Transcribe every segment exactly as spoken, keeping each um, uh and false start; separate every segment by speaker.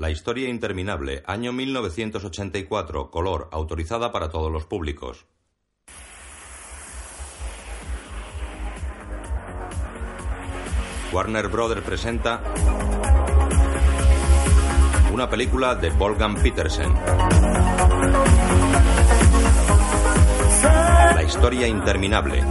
Speaker 1: La historia interminable, año mil novecientos ochenta y cuatro, color, autorizada para todos los públicos. Warner Brothers presenta una película de Wolfgang Petersen. La historia interminable.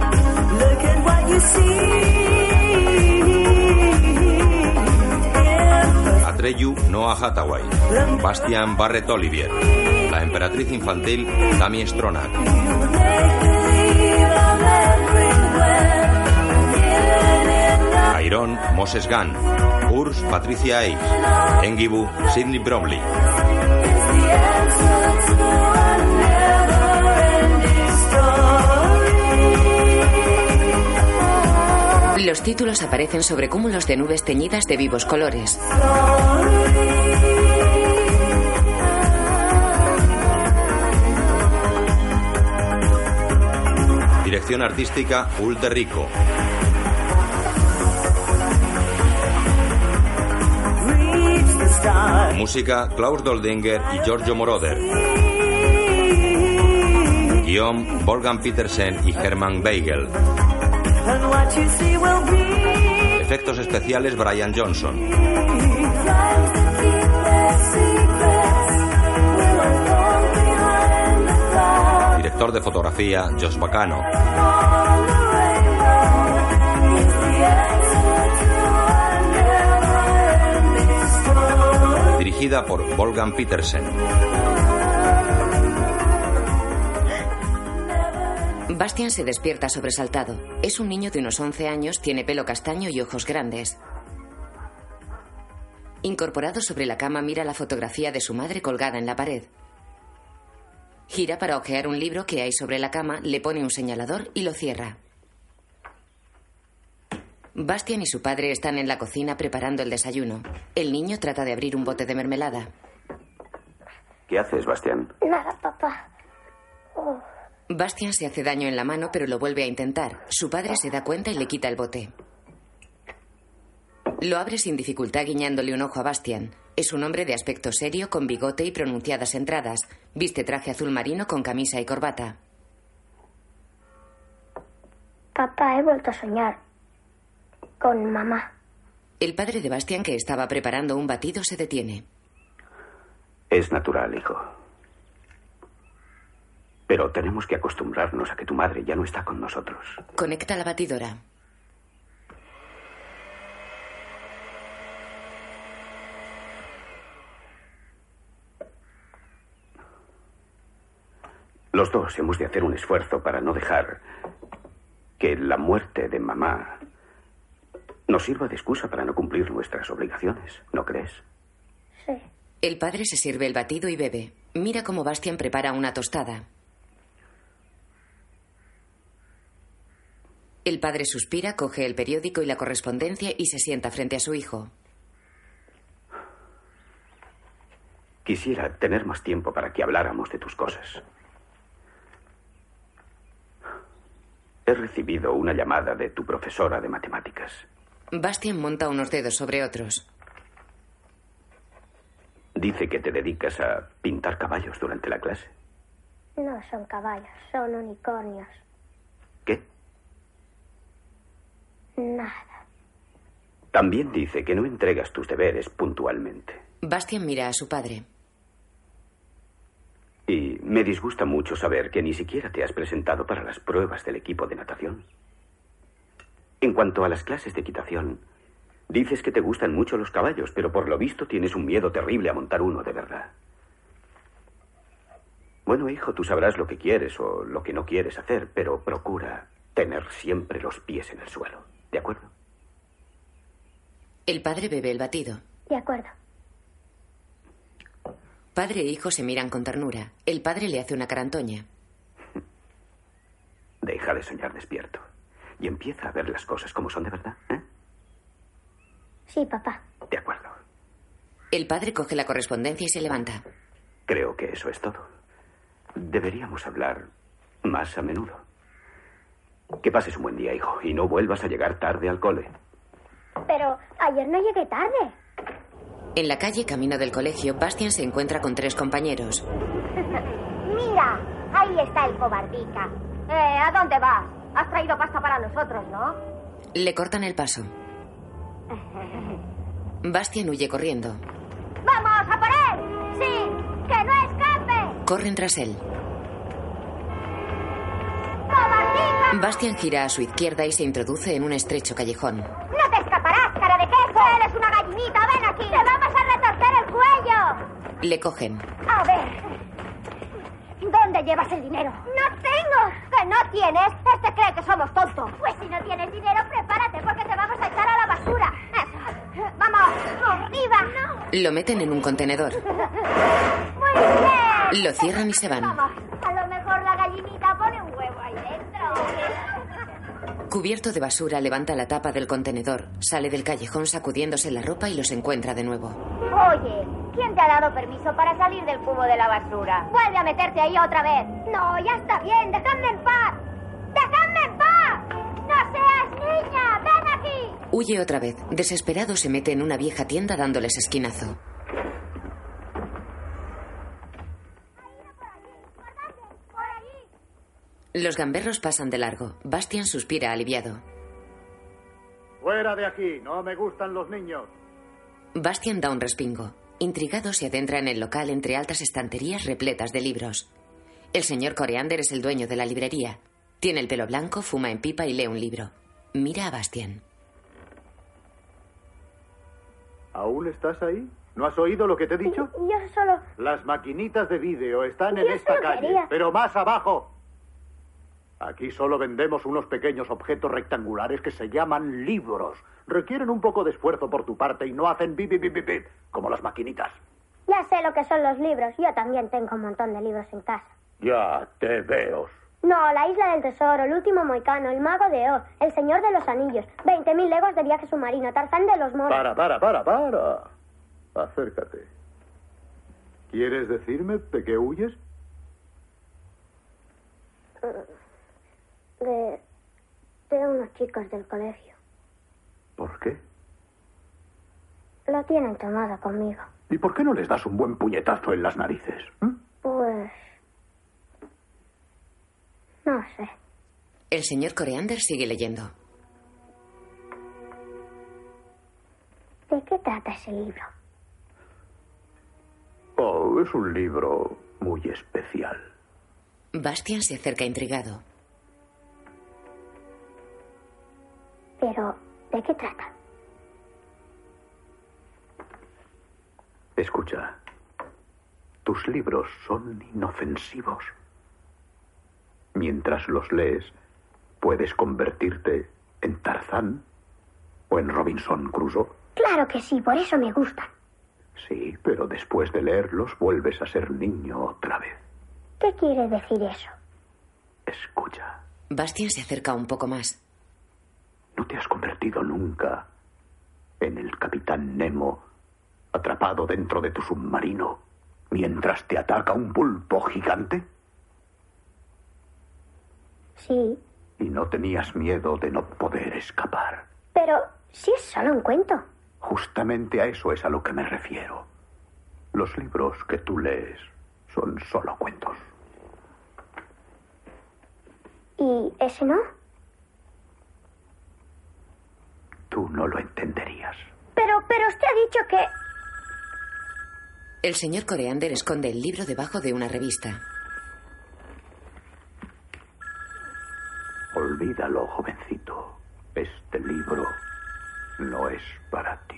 Speaker 1: Atreyu Noah Hathaway, Bastian Barrett Olivier, la emperatriz infantil Tammy Stronach, Chiron Moses Gunn, Urs Patricia Ace, Engibu Sidney Bromley.
Speaker 2: Los títulos aparecen sobre cúmulos de nubes teñidas de vivos colores.
Speaker 1: Dirección artística Ulter Rico. Música Klaus Doldinger y Giorgio Moroder. Guión Wolfgang Petersen y Hermann Weigel. Efectos especiales Brian Johnson. Director de fotografía Josh Bacano. Dirigida por Wolfgang Petersen.
Speaker 2: Bastian se despierta sobresaltado. Es un niño de unos once años, tiene pelo castaño y ojos grandes. Incorporado sobre la cama, mira la fotografía de su madre colgada en la pared. Gira para hojear un libro que hay sobre la cama, le pone un señalador y lo cierra. Bastian y su padre están en la cocina preparando el desayuno. El niño trata de abrir un bote de mermelada.
Speaker 3: ¿Qué haces, Bastian?
Speaker 4: Nada, papá. Oh.
Speaker 2: Bastian se hace daño en la mano, pero lo vuelve a intentar. Su padre se da cuenta y le quita el bote. Lo abre sin dificultad, guiñándole un ojo a Bastian. Es un hombre de aspecto serio, con bigote y pronunciadas entradas. Viste traje azul marino con camisa y corbata.
Speaker 4: Papá, he vuelto a soñar con mamá.
Speaker 2: El padre de Bastian, que estaba preparando un batido, se detiene.
Speaker 3: Es natural, hijo. Pero tenemos que acostumbrarnos a que tu madre ya no está con nosotros.
Speaker 2: Conecta la batidora.
Speaker 3: Los dos hemos de hacer un esfuerzo para no dejar que la muerte de mamá nos sirva de excusa para no cumplir nuestras obligaciones, ¿no crees?
Speaker 4: Sí.
Speaker 2: El padre se sirve el batido y bebe. Mira cómo Bastian prepara una tostada. El padre suspira, coge el periódico y la correspondencia y se sienta frente a su hijo.
Speaker 3: Quisiera tener más tiempo para que habláramos de tus cosas. He recibido una llamada de tu profesora de matemáticas.
Speaker 2: Bastian monta unos dedos sobre otros.
Speaker 3: Dice que te dedicas a pintar caballos durante la clase.
Speaker 4: No son caballos, son unicornios.
Speaker 3: ¿Qué?
Speaker 4: Nada.
Speaker 3: También dice que no entregas tus deberes puntualmente.
Speaker 2: Bastian mira a su padre.
Speaker 3: Y me disgusta mucho saber que ni siquiera te has presentado para las pruebas del equipo de natación. En cuanto a las clases de equitación, dices que te gustan mucho los caballos, pero por lo visto tienes un miedo terrible a montar uno de verdad. Bueno, hijo, tú sabrás lo que quieres o lo que no quieres hacer, pero procura tener siempre los pies en el suelo. ¿De acuerdo?
Speaker 2: El padre bebe el batido.
Speaker 4: De acuerdo.
Speaker 2: Padre e hijo se miran con ternura. El padre le hace una carantoña.
Speaker 3: Deja de soñar despierto y empieza a ver las cosas como son de verdad, ¿eh?
Speaker 4: Sí, papá.
Speaker 3: De acuerdo.
Speaker 2: El padre coge la correspondencia y se levanta.
Speaker 3: Creo que eso es todo. Deberíamos hablar más a menudo. Que pases un buen día, hijo, y no vuelvas a llegar tarde al cole.
Speaker 4: Pero ayer no llegué tarde.
Speaker 2: En la calle, camino del colegio, Bastian se encuentra con tres compañeros.
Speaker 5: Mira, ahí está el cobardica. Eh, ¿a dónde vas? Has traído pasta para nosotros, ¿no?
Speaker 2: Le cortan el paso. Bastian huye corriendo.
Speaker 5: ¡Vamos, a por él! ¡Sí! ¡Que no escape!
Speaker 2: Corren tras él.
Speaker 5: ¡Cobardica!
Speaker 2: Bastian gira a su izquierda y se introduce en un estrecho callejón.
Speaker 5: ¡No te escaparás, cara de queso! ¡Eres una gallinita! ¡Ven aquí! ¡Te vamos a retorcer el cuello!
Speaker 2: Le cogen.
Speaker 5: A ver... ¿Dónde llevas el dinero? ¡No tengo! ¿Que no tienes? Este cree que somos tontos. Pues si no tienes dinero, prepárate porque te vamos a echar a la basura. Eso. ¡Vamos! ¡Arriba! ¡No!
Speaker 2: Lo meten en un contenedor.
Speaker 5: ¡Muy bien!
Speaker 2: Lo cierran y se van.
Speaker 5: Vamos, a lo mejor la gallinita pone un huevo ahí dentro.
Speaker 2: Cubierto de basura, levanta la tapa del contenedor, sale del callejón sacudiéndose la ropa y los encuentra de nuevo.
Speaker 5: Oye, ¿quién te ha dado permiso para salir del cubo de la basura? Vuelve a meterte ahí otra vez. No, ya está bien, dejadme en paz. ¡Dejadme en paz! ¡No seas niña! ¡Ven aquí!
Speaker 2: Huye otra vez. Desesperado se mete en una vieja tienda dándoles esquinazo. Los gamberros pasan de largo. Bastian suspira aliviado.
Speaker 6: ¡Fuera de aquí! ¡No me gustan los niños!
Speaker 2: Bastian da un respingo. Intrigado se adentra en el local entre altas estanterías repletas de libros. El señor Coreander es el dueño de la librería. Tiene el pelo blanco, fuma en pipa y lee un libro. Mira a Bastian.
Speaker 6: ¿Aún estás ahí? ¿No has oído lo que te he dicho?
Speaker 4: Yo solo...
Speaker 6: Las maquinitas de vídeo están en
Speaker 4: Yo
Speaker 6: esta
Speaker 4: solo
Speaker 6: calle,
Speaker 4: quería-
Speaker 6: pero más abajo. Aquí solo vendemos unos pequeños objetos rectangulares que se llaman libros. Requieren un poco de esfuerzo por tu parte y no hacen bip, bip, bip, bip, bip, como las maquinitas.
Speaker 4: Ya sé lo que son los libros. Yo también tengo un montón de libros en casa.
Speaker 6: Ya te veo.
Speaker 4: No, La Isla del Tesoro, El Último Moicano, El Mago de Oz, El Señor de los Anillos, veinte mil legos de viaje submarino, Tarzán de los monos...
Speaker 6: Para, para, para, para. Acércate. ¿Quieres decirme de qué huyes?
Speaker 4: De... de unos chicos del colegio.
Speaker 6: ¿Por qué?
Speaker 4: Lo tienen tomado conmigo.
Speaker 6: ¿Y por qué no les das un buen puñetazo en las narices? ¿Mm?
Speaker 4: Pues... no sé.
Speaker 2: El señor Coreander sigue leyendo.
Speaker 4: ¿De qué trata ese libro?
Speaker 6: Oh, es un libro muy especial.
Speaker 2: Bastian se acerca intrigado.
Speaker 4: Pero, ¿de qué trata?
Speaker 6: Escucha, tus libros son inofensivos. Mientras los lees, puedes convertirte en Tarzán o en Robinson Crusoe.
Speaker 4: Claro que sí, por eso me gustan.
Speaker 6: Sí, pero después de leerlos vuelves a ser niño otra vez.
Speaker 4: ¿Qué quiere decir eso?
Speaker 6: Escucha,
Speaker 2: Bastian se acerca un poco más.
Speaker 6: ¿no te has convertido nunca en el capitán Nemo atrapado dentro de tu submarino mientras te ataca un pulpo gigante?
Speaker 4: Sí,
Speaker 6: Y no tenías miedo de no poder escapar.
Speaker 4: pero si es solo un cuento.
Speaker 6: Justamente a eso es a lo que me refiero. Los libros que tú lees son solo cuentos.
Speaker 4: ¿Y ese no?
Speaker 6: Tú no lo entenderías.
Speaker 4: Pero, pero usted ha dicho que...
Speaker 2: El señor Coreander esconde el libro debajo de una revista.
Speaker 6: Olvídalo, jovencito. Este libro no es para ti.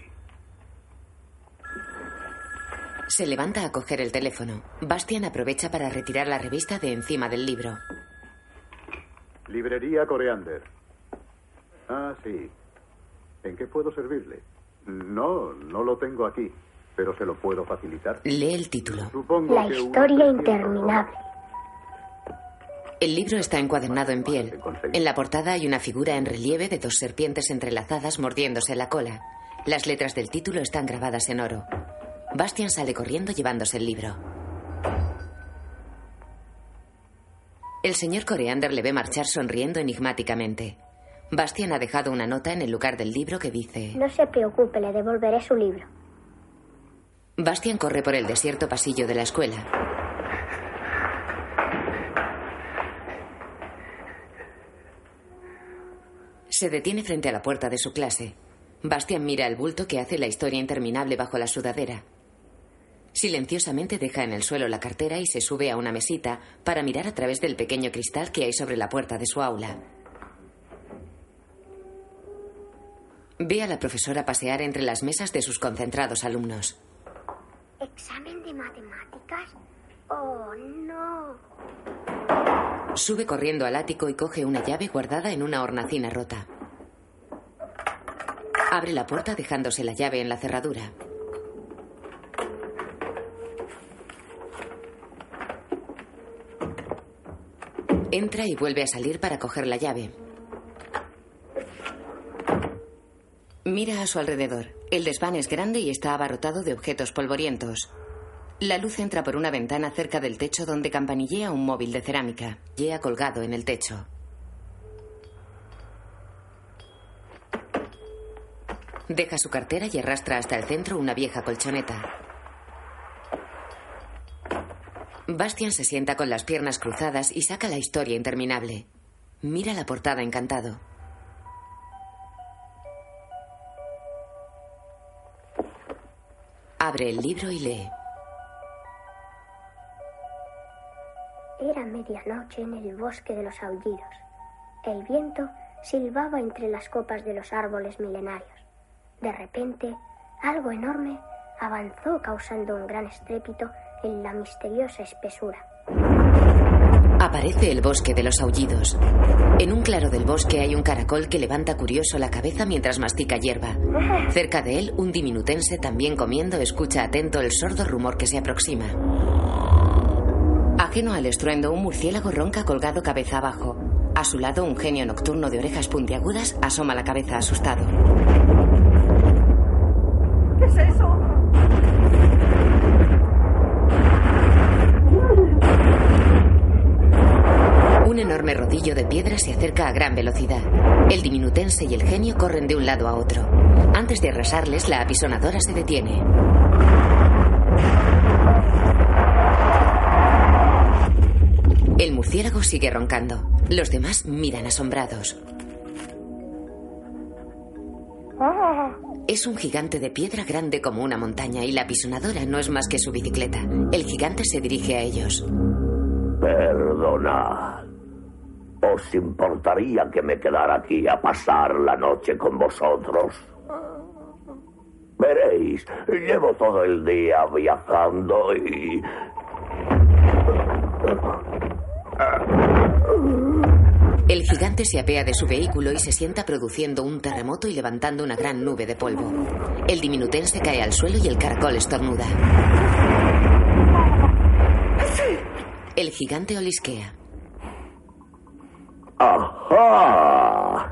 Speaker 2: Se levanta a coger el teléfono. Bastian aprovecha para retirar la revista de encima del libro.
Speaker 6: Librería Coreander. Ah, sí. ¿En qué puedo servirle? No, no lo tengo aquí, pero se lo puedo facilitar.
Speaker 2: Lee el título.
Speaker 6: Supongo
Speaker 4: La
Speaker 6: que una
Speaker 4: historia
Speaker 6: serpiente
Speaker 4: interminable.
Speaker 2: El libro está encuadernado en piel. En la portada hay una figura en relieve de dos serpientes entrelazadas mordiéndose la cola. Las letras del título están grabadas en oro. Bastian sale corriendo llevándose el libro. El señor Coreander le ve marchar sonriendo enigmáticamente. Bastian ha dejado una nota en el lugar del libro que dice:
Speaker 4: No se preocupe, le devolveré su libro.
Speaker 2: Bastian corre por el desierto pasillo de la escuela. Se detiene frente a la puerta de su clase. Bastian mira el bulto que hace la historia interminable bajo la sudadera. Silenciosamente deja en el suelo la cartera y se sube a una mesita para mirar a través del pequeño cristal que hay sobre la puerta de su aula. Ve a la profesora pasear entre las mesas de sus concentrados alumnos.
Speaker 4: ¿Examen de matemáticas? Oh, no.
Speaker 2: Sube corriendo al ático y coge una llave guardada en una hornacina rota. Abre la puerta dejándose la llave en la cerradura. Entra y vuelve a salir para coger la llave. Mira a su alrededor. El desván es grande y está abarrotado de objetos polvorientos. La luz entra por una ventana cerca del techo donde campanillea un móvil de cerámica. Lleva colgado en el techo. Deja su cartera y arrastra hasta el centro una vieja colchoneta. Bastian se sienta con las piernas cruzadas y saca la historia interminable. Mira la portada encantado. Abre el libro y lee.
Speaker 4: Era medianoche en el bosque de los aullidos. El viento silbaba entre las copas de los árboles milenarios. De repente, algo enorme avanzó causando un gran estrépito en la misteriosa espesura.
Speaker 2: Aparece el bosque de los aullidos. En un claro del bosque hay un caracol que levanta curioso la cabeza mientras mastica hierba. Cerca de él, un diminutense también comiendo escucha atento el sordo rumor que se aproxima. Ajeno al estruendo, un murciélago ronca colgado cabeza abajo. A su lado, un genio nocturno de orejas puntiagudas asoma la cabeza asustado.
Speaker 7: ¿Qué es eso?
Speaker 2: Un enorme rodillo de piedra se acerca a gran velocidad. El diminutense y el genio corren de un lado a otro. Antes de arrasarles, la apisonadora se detiene. El murciélago sigue roncando. Los demás miran asombrados. Es un gigante de piedra grande como una montaña y la apisonadora no es más que su bicicleta. El gigante se dirige a ellos.
Speaker 8: Perdonad. ¿Os importaría que me quedara aquí a pasar la noche con vosotros? Veréis, llevo todo el día viajando y...
Speaker 2: El gigante se apea de su vehículo y se sienta produciendo un terremoto y levantando una gran nube de polvo. El diminutense cae al suelo y el caracol estornuda. El gigante olisquea.
Speaker 8: ¡Ajá!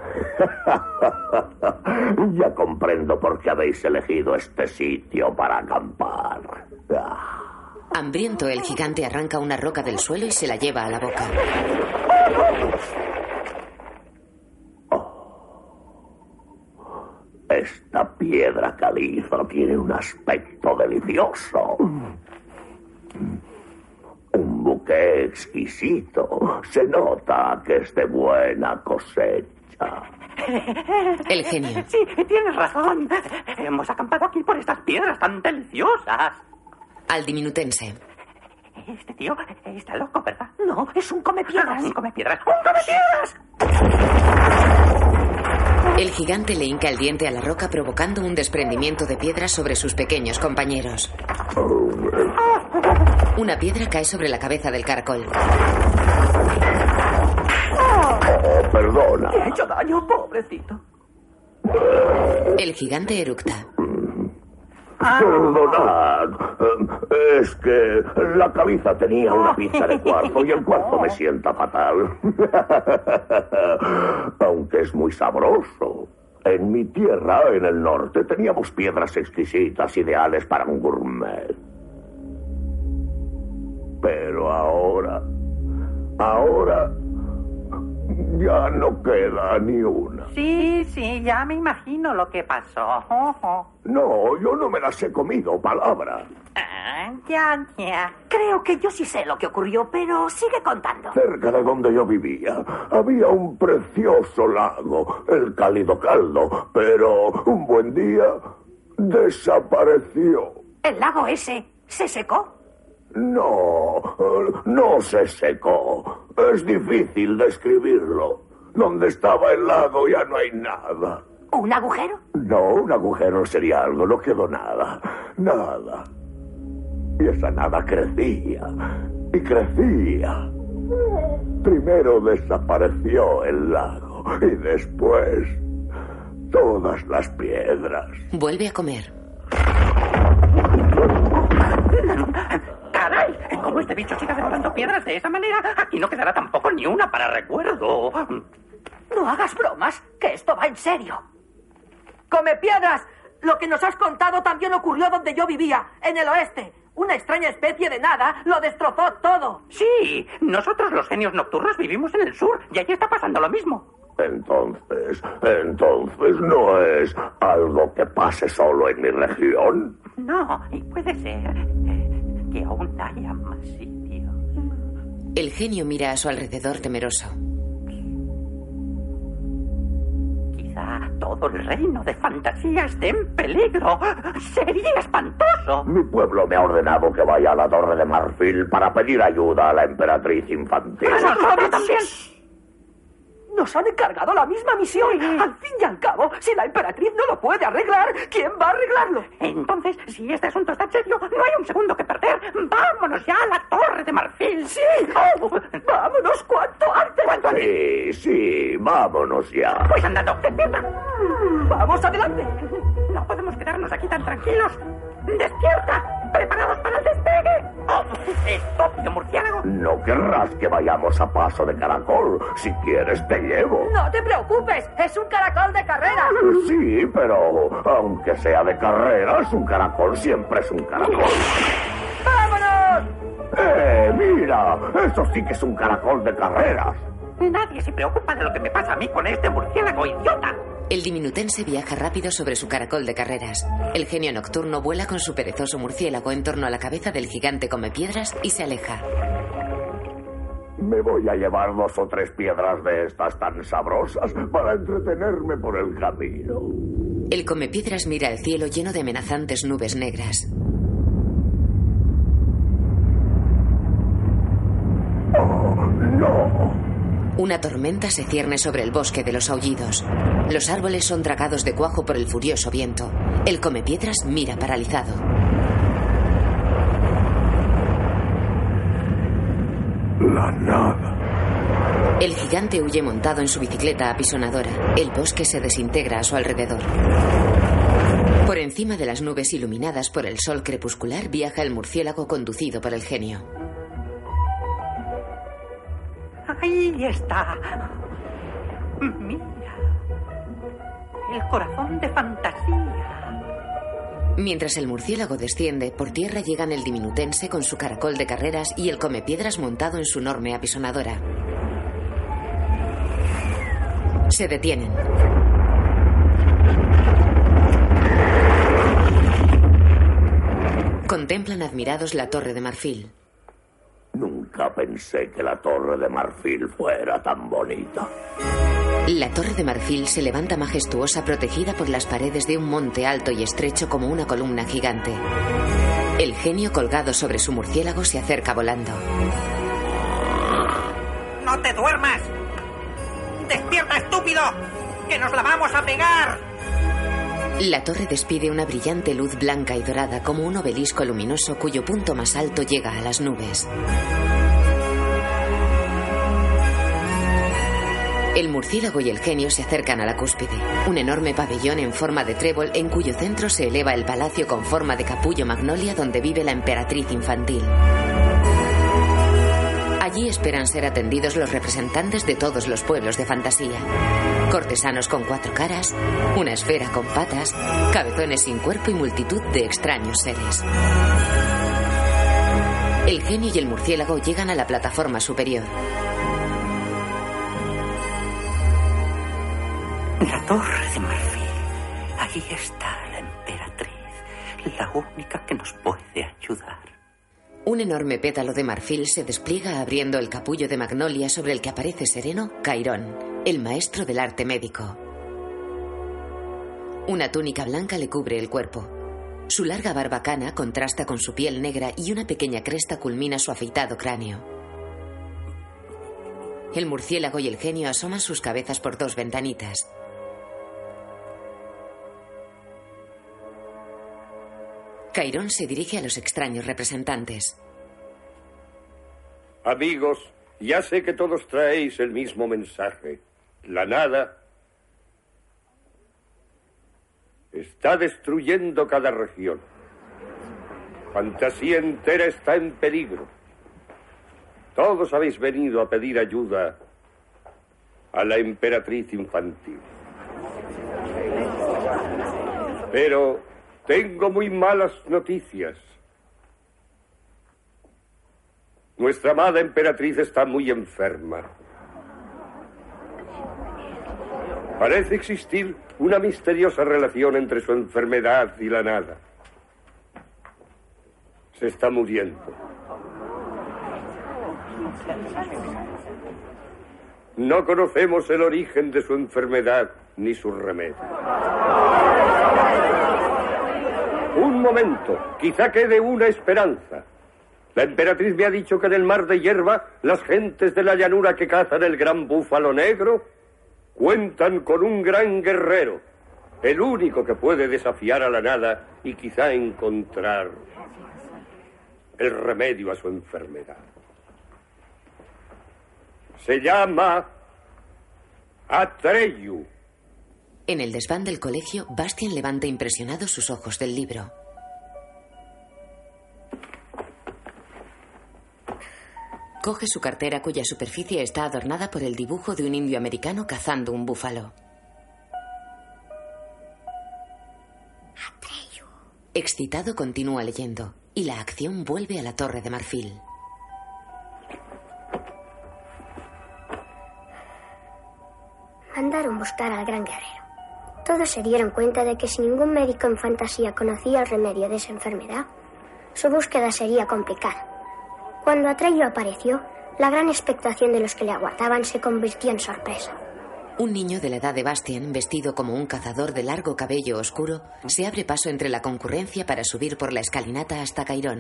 Speaker 8: Ya comprendo por qué habéis elegido este sitio para acampar.
Speaker 2: Hambriento, el gigante arranca una roca del suelo y se la lleva a la boca.
Speaker 8: Esta piedra caliza tiene un aspecto delicioso. Un buque exquisito. Se nota que es de buena cosecha.
Speaker 2: El genio.
Speaker 7: Sí, tienes razón. Hemos acampado aquí por estas piedras tan deliciosas.
Speaker 2: Al diminutense.
Speaker 7: Este tío está loco, ¿verdad? No, es un comepiedras. Un comepiedras. ¡Un comepiedras!
Speaker 2: El gigante le hinca el diente a la roca provocando un desprendimiento de piedra sobre sus pequeños compañeros. Una piedra cae sobre la cabeza del caracol.
Speaker 8: Oh, perdona.
Speaker 7: ¿Te ha hecho daño, pobrecito?
Speaker 2: El gigante eructa.
Speaker 8: Perdonad, es que la caliza tenía una pizca de cuarzo y el cuarzo me sienta fatal. Aunque es muy sabroso. En mi tierra, en el norte, teníamos piedras exquisitas, ideales para un gourmet. Pero ahora, ahora, Ya no queda ni una.
Speaker 7: Sí, sí, ya me imagino lo que pasó. Oh, oh.
Speaker 8: No, yo no me las he comido, palabra.
Speaker 7: Ah, ya, ya.
Speaker 9: Creo que yo sí sé lo que ocurrió, pero sigue contando.
Speaker 8: Cerca de donde yo vivía había un precioso lago, el Cálido Caldo, pero un buen día desapareció.
Speaker 9: ¿El lago ese se secó?
Speaker 8: No, no se secó. Es difícil describirlo. Donde estaba el lago ya no hay nada.
Speaker 9: ¿Un agujero?
Speaker 8: No, un agujero sería algo. No quedó nada. Nada. Y esa nada crecía. Y crecía. Primero desapareció el lago. Y después todas las piedras.
Speaker 2: Vuelve a comer.
Speaker 7: ¡Caray! Como este bicho siga devorando piedras de esa manera, aquí no quedará tampoco ni una para recuerdo.
Speaker 9: No hagas bromas, que esto va en serio. ¡Come piedras! Lo que nos has contado también ocurrió donde yo vivía, en el oeste. Una extraña especie de nada lo destrozó todo.
Speaker 7: Sí, nosotros los genios nocturnos vivimos en el sur y allí está pasando lo mismo.
Speaker 8: Entonces, entonces no es algo que pase solo en mi región.
Speaker 7: No, y puede ser eh, que aún haya más sitios.
Speaker 2: El genio mira a su alrededor temeroso.
Speaker 7: Quizá todo el reino de fantasía esté en peligro. Sería espantoso.
Speaker 8: Mi pueblo me ha ordenado que vaya a la Torre de Marfil para pedir ayuda a la emperatriz infantil.
Speaker 7: ¡A nosotros también!
Speaker 9: Nos han encargado la misma misión. Sí. Al fin y al cabo, si la emperatriz no lo puede arreglar, ¿quién va a arreglarlo?
Speaker 7: Entonces, si este asunto está en serio, no hay un segundo que perder. ¡Vámonos ya a la Torre de Marfil!
Speaker 9: ¡Sí! Oh, ¡vámonos cuanto antes!
Speaker 7: ¿Cuánto antes?
Speaker 8: Sí, sí, vámonos ya.
Speaker 7: Pues andando, despierta.
Speaker 9: ¡Vamos adelante!
Speaker 7: No podemos quedarnos aquí tan tranquilos. ¡Despierta! ¡Preparados para el despegue! ¡Oh, estúpido murciélago!
Speaker 8: No querrás que vayamos a paso de caracol. Si quieres, te llevo.
Speaker 9: No te preocupes, es un caracol de carrera.
Speaker 8: Sí, pero aunque sea de carreras, un caracol siempre es un caracol.
Speaker 9: ¡Vámonos!
Speaker 8: ¡Eh, mira! Eso sí que es un caracol de carreras.
Speaker 7: Nadie se preocupa de lo que me pasa a mí con este murciélago idiota.
Speaker 2: El diminutense viaja rápido sobre su caracol de carreras. El genio nocturno vuela con su perezoso murciélago en torno a la cabeza del gigante comepiedras y se aleja.
Speaker 8: Me voy a llevar dos o tres piedras de estas tan sabrosas para entretenerme por el camino.
Speaker 2: El comepiedras mira el cielo lleno de amenazantes nubes negras.
Speaker 8: ¡Oh, no!
Speaker 2: Una tormenta se cierne sobre el bosque de los aullidos. Los árboles son tragados de cuajo por el furioso viento. El comepiedras mira paralizado.
Speaker 8: La nada.
Speaker 2: El gigante huye montado en su bicicleta apisonadora. El bosque se desintegra a su alrededor. Por encima de las nubes iluminadas por el sol crepuscular viaja el murciélago conducido por el genio.
Speaker 7: Ahí está. Mira. El corazón de fantasía.
Speaker 2: Mientras el murciélago desciende, por tierra llegan el diminutense con su caracol de carreras y el comepiedras montado en su enorme apisonadora. Se detienen. Contemplan admirados la Torre de Marfil.
Speaker 8: Nunca pensé que la Torre de Marfil fuera tan bonita.
Speaker 2: La Torre de Marfil se levanta majestuosa protegida por las paredes de un monte alto y estrecho como una columna gigante. El genio colgado sobre su murciélago se acerca volando.
Speaker 7: ¡No te duermas! ¡Despierta, estúpido! ¡Que nos la vamos a pegar!
Speaker 2: La torre despide una brillante luz blanca y dorada como un obelisco luminoso cuyo punto más alto llega a las nubes. El murciélago y el genio se acercan a la cúspide, un enorme pabellón en forma de trébol en cuyo centro se eleva el palacio con forma de capullo magnolia donde vive la emperatriz infantil. Allí esperan ser atendidos los representantes de todos los pueblos de fantasía. Cortesanos con cuatro caras, una esfera con patas, cabezones sin cuerpo y multitud de extraños seres. El genio y el murciélago llegan a la plataforma superior.
Speaker 10: La torre de marfil. Ahí está la emperatriz, la única que nos puede ayudar.
Speaker 2: Un enorme pétalo de marfil se despliega abriendo el capullo de magnolia sobre el que aparece sereno Cairón, el maestro del arte médico. Una túnica blanca le cubre el cuerpo. Su larga barbacana contrasta con su piel negra y una pequeña cresta culmina su afeitado cráneo. El murciélago y el genio asoman sus cabezas por dos ventanitas. Cairón se dirige a los extraños representantes.
Speaker 11: Amigos, ya sé que todos traéis el mismo mensaje. La nada está destruyendo cada región. Fantasía entera está en peligro. Todos habéis venido a pedir ayuda a la emperatriz infantil. Pero tengo muy malas noticias. Nuestra amada emperatriz está muy enferma. Parece existir una misteriosa relación entre su enfermedad y la nada. Se está muriendo. No conocemos el origen de su enfermedad ni su remedio. Un momento, quizá quede una esperanza. La emperatriz me ha dicho que en el mar de hierba las gentes de la llanura que cazan el gran búfalo negro cuentan con un gran guerrero, el único que puede desafiar a la nada y quizá encontrar el remedio a su enfermedad. Se llama Atreyu.
Speaker 2: En el desván del colegio, Bastian levanta impresionado sus ojos del libro. Coge su cartera cuya superficie está adornada por el dibujo de un indio americano cazando un búfalo.
Speaker 4: Atreyu.
Speaker 2: Excitado continúa leyendo y la acción vuelve a la torre de marfil.
Speaker 4: Mandaron buscar al gran guerrero. Todos se dieron cuenta de que si ningún médico en fantasía conocía el remedio de esa enfermedad, su búsqueda sería complicada. Cuando Atreyu apareció, la gran expectación de los que le aguardaban se convirtió en sorpresa.
Speaker 2: Un niño de la edad de Bastian, vestido como un cazador de largo cabello oscuro, se abre paso entre la concurrencia para subir por la escalinata hasta Cairón.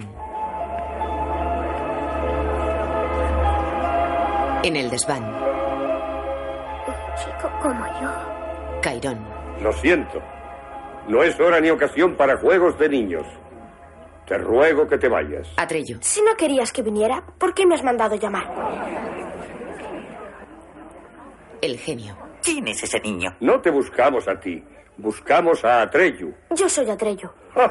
Speaker 2: En el desván.
Speaker 4: Un chico como yo.
Speaker 2: Cairón.
Speaker 11: Lo siento. No es hora ni ocasión para juegos de niños. Te ruego que te vayas.
Speaker 2: Atreyu.
Speaker 12: Si no querías que viniera, ¿por qué me has mandado llamar?
Speaker 2: El genio.
Speaker 10: ¿Quién es ese niño?
Speaker 11: No te buscamos a ti. Buscamos a Atreyu.
Speaker 12: Yo soy Atreyu.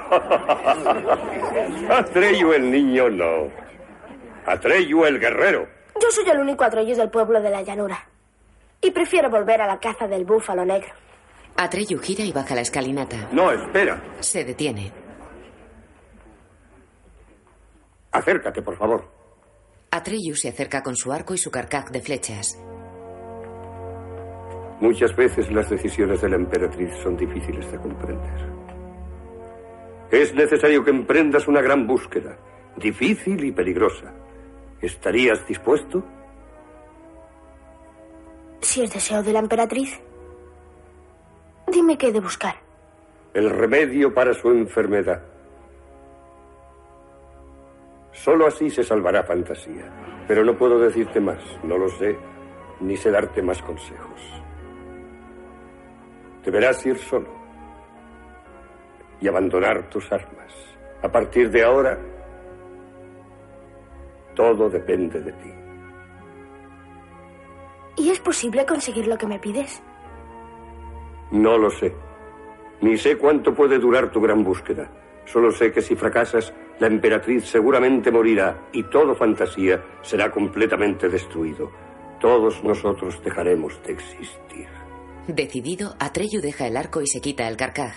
Speaker 11: Atreyu el niño no. Atreyu el guerrero.
Speaker 12: Yo soy el único Atreyu del pueblo de la llanura. Y prefiero volver a la caza del búfalo negro.
Speaker 2: Atreyu gira y baja la escalinata.
Speaker 11: No, espera.
Speaker 2: Se detiene.
Speaker 11: Acércate, por favor.
Speaker 2: Atreyu se acerca con su arco y su carcaj de flechas.
Speaker 11: Muchas veces las decisiones de la emperatriz son difíciles de comprender. Es necesario que emprendas una gran búsqueda, difícil y peligrosa. ¿Estarías dispuesto?
Speaker 12: Si es deseo de la emperatriz, dime qué he de buscar.
Speaker 11: El remedio para su enfermedad. Solo así se salvará Fantasía. Pero no puedo decirte más. No lo sé, ni sé darte más consejos. Deberás ir solo y abandonar tus armas. A partir de ahora, todo depende de ti.
Speaker 12: ¿Y es posible conseguir lo que me pides?
Speaker 11: No lo sé. Ni sé cuánto puede durar tu gran búsqueda. Solo sé que si fracasas, la emperatriz seguramente morirá y todo Fantasía será completamente destruido. Todos nosotros dejaremos de existir.
Speaker 2: Decidido, Atreyu deja el arco y se quita el carcaj.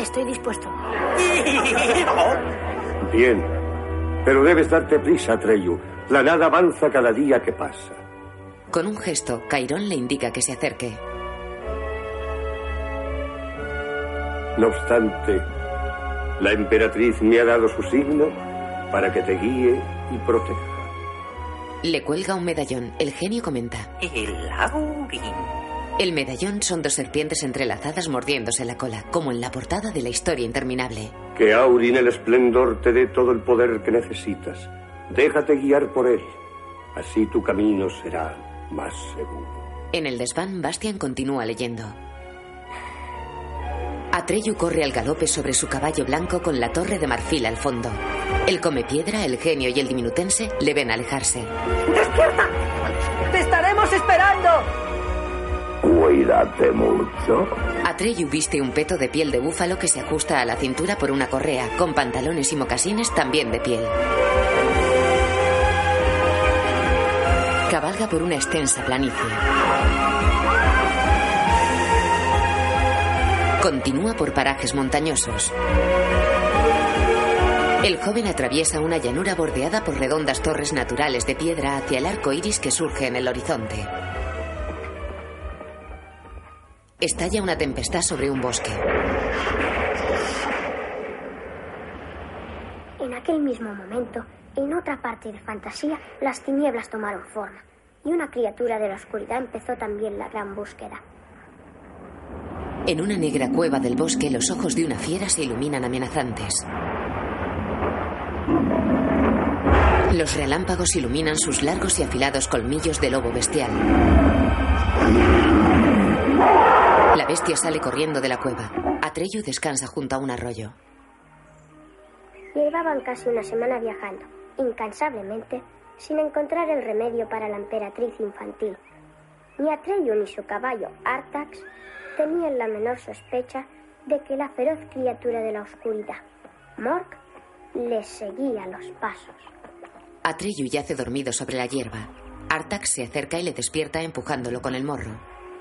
Speaker 12: Estoy dispuesto.
Speaker 11: Bien, pero debes darte prisa, Atreyu. La nada avanza cada día que pasa.
Speaker 2: Con un gesto, Cairón le indica que se acerque.
Speaker 11: No obstante, la emperatriz me ha dado su signo para que te guíe y proteja.
Speaker 2: Le cuelga un medallón. El genio comenta.
Speaker 10: El Aurin.
Speaker 2: El medallón son dos serpientes entrelazadas mordiéndose la cola, como en la portada de La historia interminable.
Speaker 11: Que Aurin el esplendor te dé todo el poder que necesitas. Déjate guiar por él. Así tu camino será más seguro.
Speaker 2: En el desván, Bastian continúa leyendo. Atreyu corre al galope sobre su caballo blanco con la torre de marfil al fondo. El comepiedra, el genio y el diminutense le ven alejarse.
Speaker 9: ¡Despierta! ¡Te estaremos esperando!
Speaker 8: Cuídate mucho.
Speaker 2: Atreyu viste un peto de piel de búfalo que se ajusta a la cintura por una correa, con pantalones y mocasines también de piel. Cabalga por una extensa planicie. Continúa por parajes montañosos. El joven atraviesa una llanura bordeada por redondas torres naturales de piedra hacia el arco iris que surge en el horizonte. Estalla una tempestad sobre un bosque.
Speaker 4: En aquel mismo momento, en otra parte de Fantasía, las tinieblas tomaron forma, y una criatura de la oscuridad empezó también la gran búsqueda.
Speaker 2: En una negra cueva del bosque, los ojos de una fiera se iluminan amenazantes. Los relámpagos iluminan sus largos y afilados colmillos de lobo bestial. La bestia sale corriendo de la cueva. Atreyu descansa junto a un arroyo.
Speaker 4: Llevaban casi una semana viajando, incansablemente, sin encontrar el remedio para la emperatriz infantil. Ni Atreyu ni su caballo, Artax, tenían la menor sospecha de que la feroz criatura de la oscuridad, Mork, les seguía los pasos.
Speaker 2: Atreyu yace dormido sobre la hierba. Artax se acerca y le despierta empujándolo con el morro.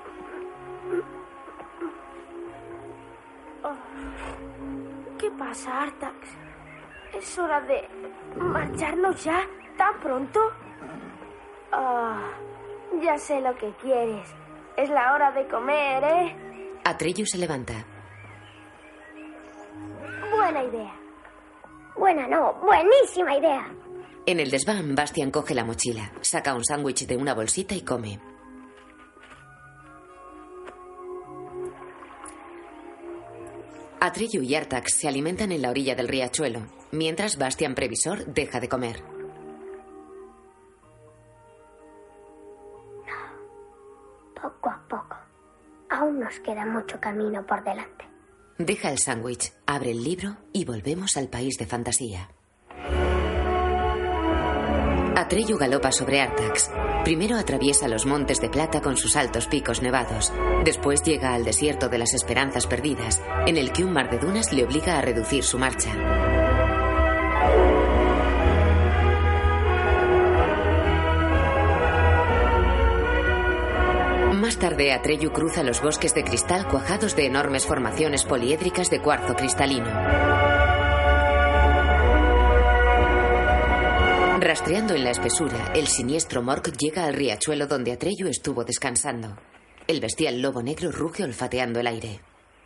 Speaker 12: Oh. ¿Qué pasa, Artax? ¿Es hora de marcharnos ya? ¿Tan pronto? Oh, ya sé lo que quieres. Es la hora de comer, ¿eh?
Speaker 2: Atreyu se levanta.
Speaker 12: Buena idea.
Speaker 4: Buena no, buenísima idea.
Speaker 2: En el desván, Bastian coge la mochila, saca un sándwich de una bolsita y come. Atreyu y Artax se alimentan en la orilla del riachuelo, mientras Bastian Previsor deja de comer.
Speaker 4: Poco a poco. Aún nos queda mucho camino por delante.
Speaker 2: Deja el sándwich, abre el libro y volvemos al país de fantasía. Atreyu galopa sobre Artax. Primero atraviesa los montes de plata con sus altos picos nevados. Después llega al desierto de las esperanzas perdidas, en el que un mar de dunas le obliga a reducir su marcha. Más tarde, Atreyu cruza los bosques de cristal cuajados de enormes formaciones poliédricas de cuarzo cristalino. Rastreando en la espesura, el siniestro Mork llega al riachuelo donde Atreyu estuvo descansando. El bestial lobo negro ruge olfateando el aire.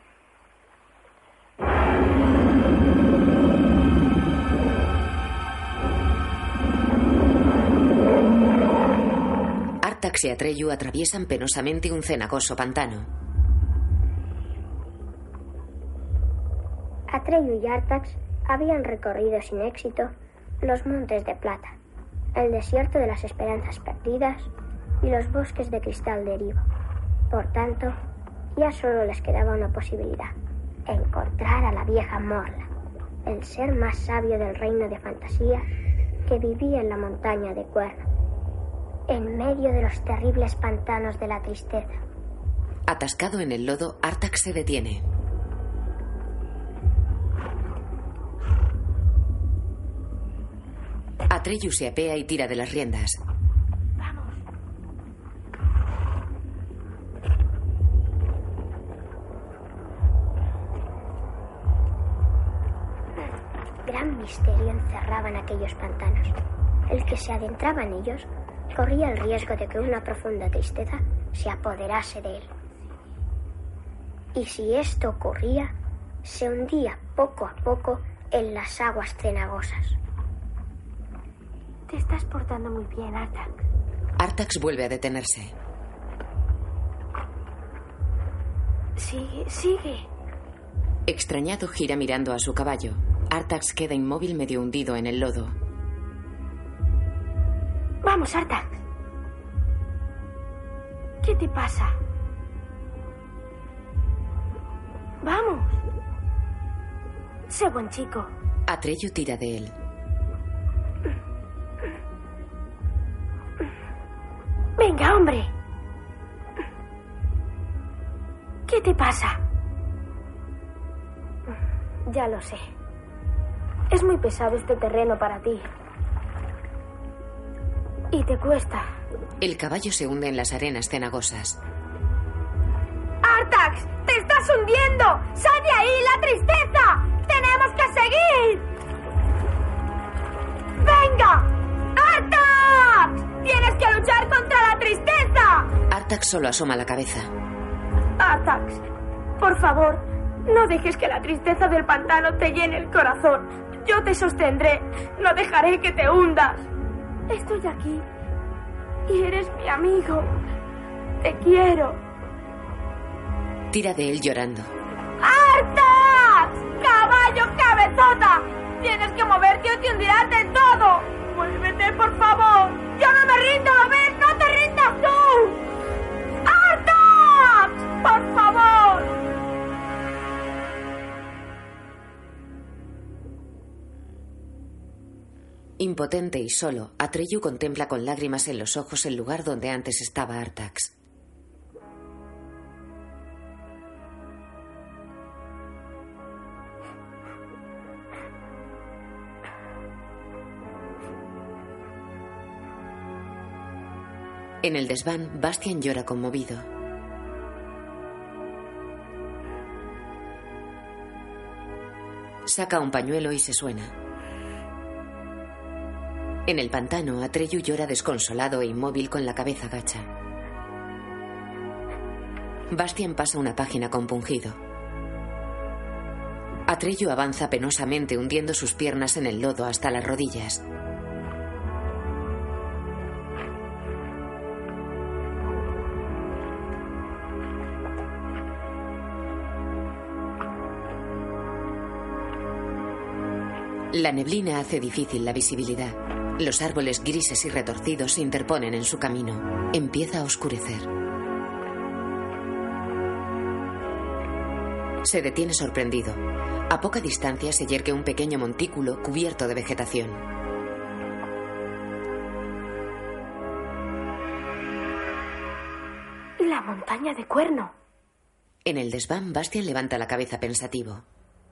Speaker 2: Artax y Atreyu atraviesan penosamente un cenagoso pantano.
Speaker 4: Atreyu y Artax habían recorrido sin éxito los montes de plata, el desierto de las esperanzas perdidas y los bosques de cristal de Erivo. Por tanto, ya solo les quedaba una posibilidad: encontrar a la vieja Morla, el ser más sabio del reino de fantasía que vivía en la montaña de Cuerno, en medio de los terribles pantanos de la tristeza.
Speaker 2: Atascado en el lodo, Artax se detiene. Atreyu se apea y tira de las riendas.
Speaker 12: Vamos.
Speaker 4: misterio encerraban aquellos pantanos. El que se adentraba en ellos corría el riesgo de que una profunda tristeza se apoderase de él. Y si esto ocurría, se hundía poco a poco en las aguas cenagosas.
Speaker 12: Te estás portando muy bien, Artax.
Speaker 2: Artax vuelve a detenerse.
Speaker 12: Sigue, sigue.
Speaker 2: Extrañado gira mirando a su caballo. Artax queda inmóvil medio hundido en el lodo.
Speaker 12: Vamos, Artax. ¿Qué te pasa? Vamos. Sé buen chico.
Speaker 2: Atreyu tira de él.
Speaker 12: Venga, hombre. ¿Qué te pasa? Ya lo sé. Es muy pesado este terreno para ti. Y te cuesta.
Speaker 2: El caballo se hunde en las arenas cenagosas.
Speaker 12: ¡Artax! ¡Te estás hundiendo! ¡Sal de ahí, la tristeza! ¡Tenemos que seguir! ¡Venga! ¡Artax! ¡Tienes que luchar contra la tristeza!
Speaker 2: Artax solo asoma la cabeza.
Speaker 12: Artax, por favor, no dejes que la tristeza del pantano te llene el corazón. Yo te sostendré. No dejaré que te hundas. Estoy aquí. Y eres mi amigo. Te quiero.
Speaker 2: Tira de él llorando.
Speaker 12: ¡Artax! ¡Caballo cabezota! Tienes que moverte o te hundirás de todo. Muévete, por favor. Yo no me rindo, ¿lo ves? ¡No te rindas tú! ¡Artax! ¡Por favor!
Speaker 2: Impotente y solo, Atreyu contempla con lágrimas en los ojos el lugar donde antes estaba Artax. En el desván, Bastian llora conmovido. Saca un pañuelo y se suena. En el pantano, Atreyu llora desconsolado e inmóvil con la cabeza gacha. Bastian pasa una página compungido. Atreyu avanza penosamente hundiendo sus piernas en el lodo hasta las rodillas. La neblina hace difícil la visibilidad. Los árboles grises y retorcidos se interponen en su camino. Empieza a oscurecer. Se detiene sorprendido. A poca distancia se yergue un pequeño montículo cubierto de vegetación.
Speaker 12: La montaña de Cuerno.
Speaker 2: En el desván, Bastian levanta la cabeza pensativo.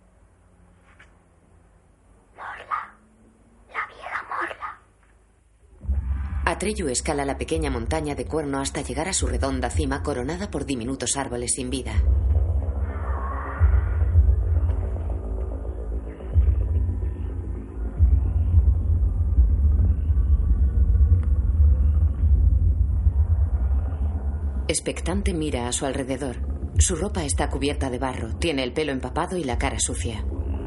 Speaker 2: Atreyu escala la pequeña montaña de Cuerno hasta llegar a su redonda cima coronada por diminutos árboles sin vida. Expectante mira a su alrededor. Su ropa está cubierta de barro, tiene el pelo empapado y la cara sucia.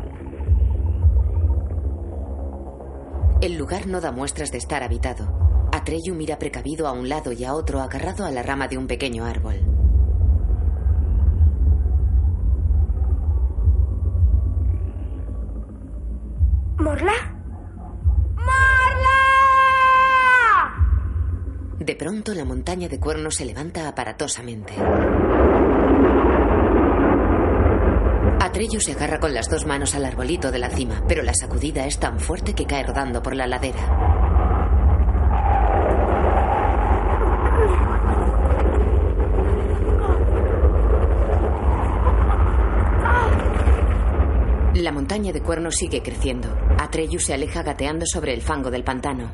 Speaker 2: El lugar no da muestras de estar habitado. Atreyu mira precavido a un lado y a otro agarrado a la rama de un pequeño árbol.
Speaker 12: ¿Morla?
Speaker 2: ¡Morla! De pronto la montaña de Cuerno se levanta aparatosamente. Atreyu se agarra con las dos manos al arbolito de la cima, pero la sacudida es tan fuerte que cae rodando por la ladera. La montaña de Cuerno sigue creciendo. Atreyu se aleja gateando sobre el fango del pantano.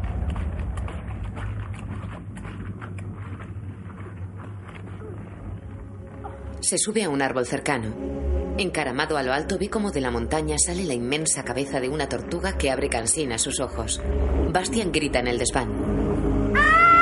Speaker 2: Se sube a un árbol cercano. Encaramado a lo alto, ve como de la montaña sale la inmensa cabeza de una tortuga que abre cansina sus ojos. Bastian grita en el desván.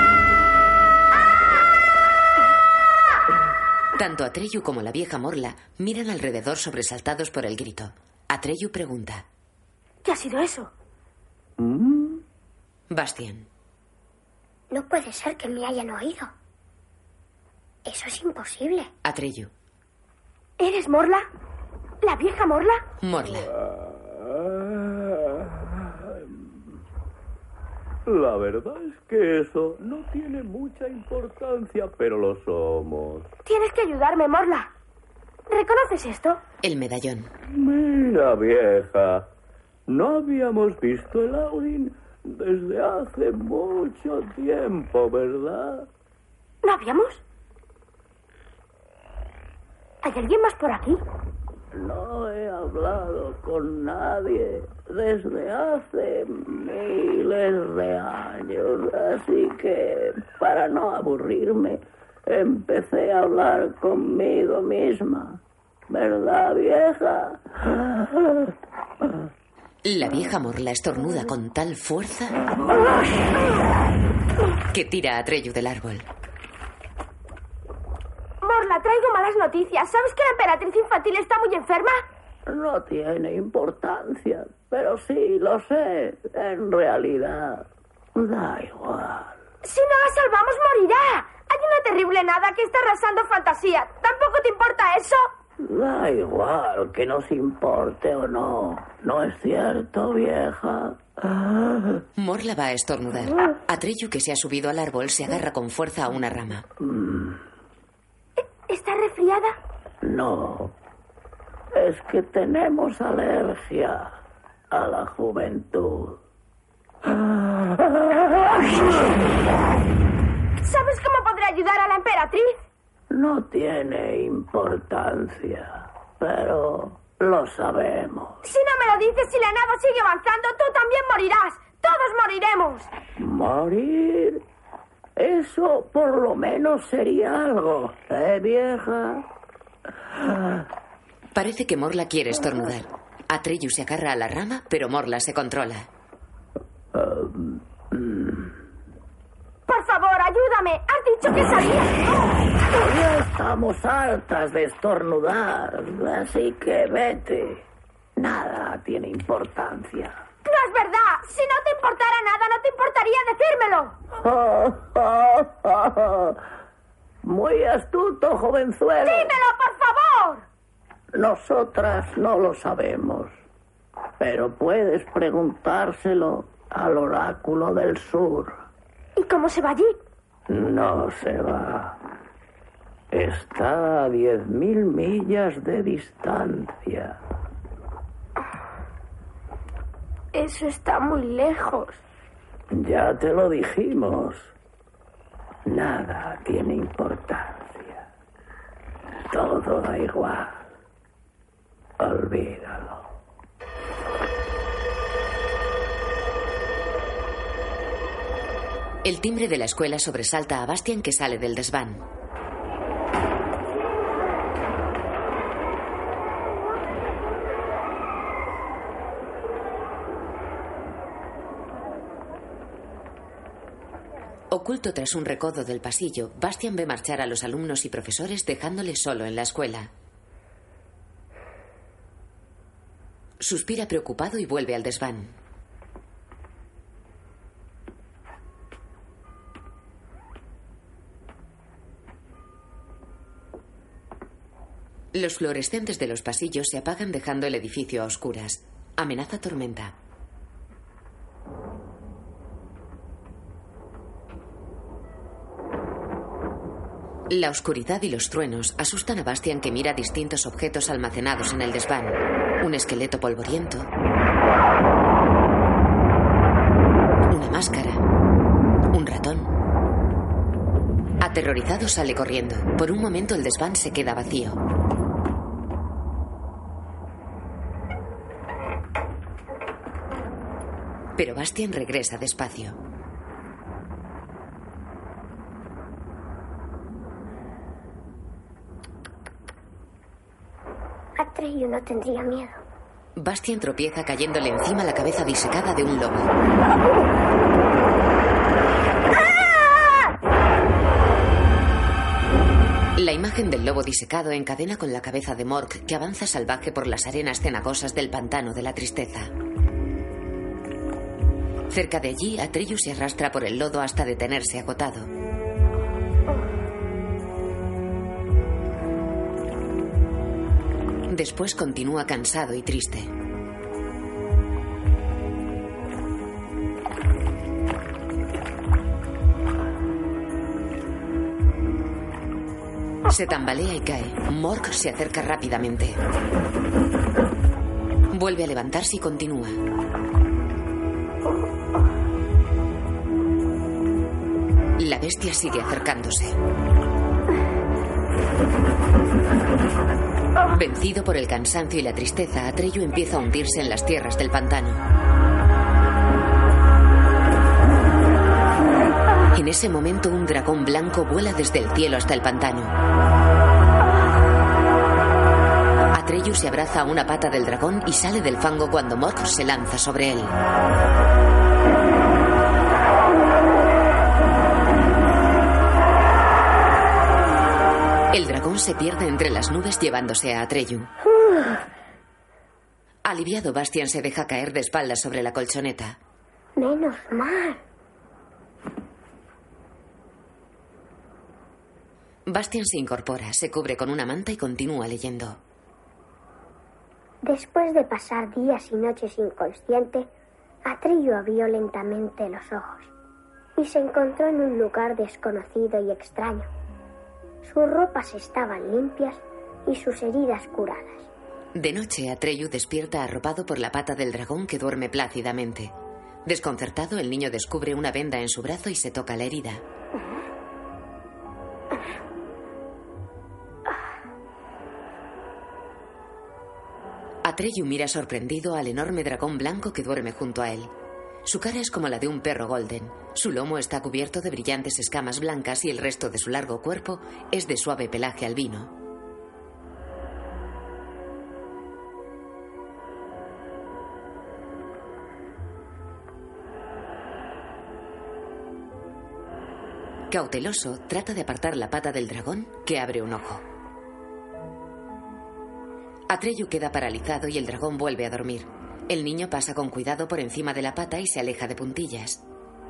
Speaker 2: Tanto Atreyu como la vieja Morla miran alrededor sobresaltados por el grito. Atreyu pregunta:
Speaker 12: ¿Qué ha sido eso?
Speaker 2: ¿Mm? Bastian:
Speaker 4: No puede ser que me hayan oído. Eso es imposible.
Speaker 2: Atreyu:
Speaker 12: ¿Eres Morla? ¿La vieja Morla?
Speaker 2: Morla:
Speaker 8: La verdad es que eso no tiene mucha importancia, pero lo somos.
Speaker 12: Tienes que ayudarme, Morla. ¿Reconoces esto?
Speaker 2: El medallón.
Speaker 8: Mira, vieja, no habíamos visto el Audin desde hace mucho tiempo, ¿verdad?
Speaker 12: ¿No habíamos? ¿Hay alguien más por aquí?
Speaker 8: No he hablado con nadie desde hace miles de años, así que, para no aburrirme, empecé a hablar conmigo misma. ¿Verdad, vieja?
Speaker 2: La vieja Morla estornuda con tal fuerza que tira a Atreyu del árbol.
Speaker 12: Morla, traigo malas noticias. ¿Sabes que la emperatriz infantil está muy enferma?
Speaker 8: No tiene importancia, pero sí, lo sé. En realidad, da igual.
Speaker 12: Si no la salvamos, morirá. Hay una terrible nada que está arrasando fantasía. ¿Tampoco te importa eso?
Speaker 8: Da igual que nos importe o no. ¿No es cierto, vieja?
Speaker 2: Morla va a estornudar. Atreyu, que se ha subido al árbol, se agarra con fuerza a una rama.
Speaker 12: ¿Está resfriada?
Speaker 8: No. Es que tenemos alergia a la juventud.
Speaker 12: ¿Sabes cómo podré ayudar a la emperatriz?
Speaker 8: No tiene importancia, pero lo sabemos.
Speaker 12: Si no me lo dices, si la nada sigue avanzando, tú también morirás. Todos moriremos.
Speaker 8: ¿Morir? Eso por lo menos sería algo, ¿eh, vieja?
Speaker 2: Parece que Morla quiere estornudar. Atreyu se agarra a la rama, pero Morla se controla.
Speaker 8: Um, mm.
Speaker 12: Por favor, ayúdame. Has dicho que sabías.
Speaker 8: Ya estamos hartas de estornudar, así que vete. Nada tiene importancia.
Speaker 12: No es verdad. Si no te importara nada, no te importaría decírmelo.
Speaker 8: Muy astuto, jovenzuelo.
Speaker 12: ¡Dímelo, por favor!
Speaker 8: Nosotras no lo sabemos, pero puedes preguntárselo al oráculo del sur.
Speaker 12: ¿Y cómo se va allí?
Speaker 8: No se va. Está a diez mil millas de distancia.
Speaker 12: Eso está muy lejos.
Speaker 8: Ya te lo dijimos. Nada tiene importancia. Todo da igual. Olvídalo.
Speaker 2: El timbre de la escuela sobresalta a Bastian, que sale del desván. Oculto tras un recodo del pasillo, Bastian ve marchar a los alumnos y profesores dejándoles solo en la escuela. Suspira preocupado y vuelve al desván. Los fluorescentes de los pasillos se apagan dejando el edificio a oscuras. Amenaza tormenta. La oscuridad y los truenos asustan a Bastian, que mira distintos objetos almacenados en el desván. Un esqueleto polvoriento. Una máscara. Un ratón. Aterrorizado sale corriendo. Por un momento el desván se queda vacío. Pero Bastian regresa despacio.
Speaker 4: Atreyu no tendría miedo.
Speaker 2: Bastian tropieza cayéndole encima la cabeza disecada de un lobo. La imagen del lobo disecado encadena con la cabeza de Mork, que avanza salvaje por las arenas cenagosas del pantano de la tristeza. Cerca de allí, Atreyu se arrastra por el lodo hasta detenerse agotado. Después continúa cansado y triste. Se tambalea y cae. Mork se acerca rápidamente. Vuelve a levantarse y continúa. La bestia sigue acercándose. Vencido por el cansancio y la tristeza, Atreyu empieza a hundirse en las tierras del pantano. En ese momento, un dragón blanco vuela desde el cielo hasta el pantano. Atreyu se abraza a una pata del dragón y sale del fango cuando Mork se lanza sobre él. El dragón se pierde entre las nubes llevándose a Atreyu. Aliviado, Bastian se deja caer de espaldas sobre la colchoneta.
Speaker 4: Menos mal.
Speaker 2: Bastian se incorpora, se cubre con una manta y continúa leyendo.
Speaker 4: Después de pasar días y noches inconsciente, Atreyu abrió lentamente los ojos y se encontró en un lugar desconocido y extraño. Sus ropas estaban limpias y sus heridas curadas.
Speaker 2: De noche, Atreyu despierta arropado por la pata del dragón que duerme plácidamente. Desconcertado, el niño descubre una venda en su brazo y se toca la herida. Atreyu mira sorprendido al enorme dragón blanco que duerme junto a él. Su cara es como la de un perro golden. Su lomo está cubierto de brillantes escamas blancas y el resto de su largo cuerpo es de suave pelaje albino. Cauteloso, trata de apartar la pata del dragón, que abre un ojo. Atreyu queda paralizado y el dragón vuelve a dormir. El niño pasa con cuidado por encima de la pata y se aleja de puntillas.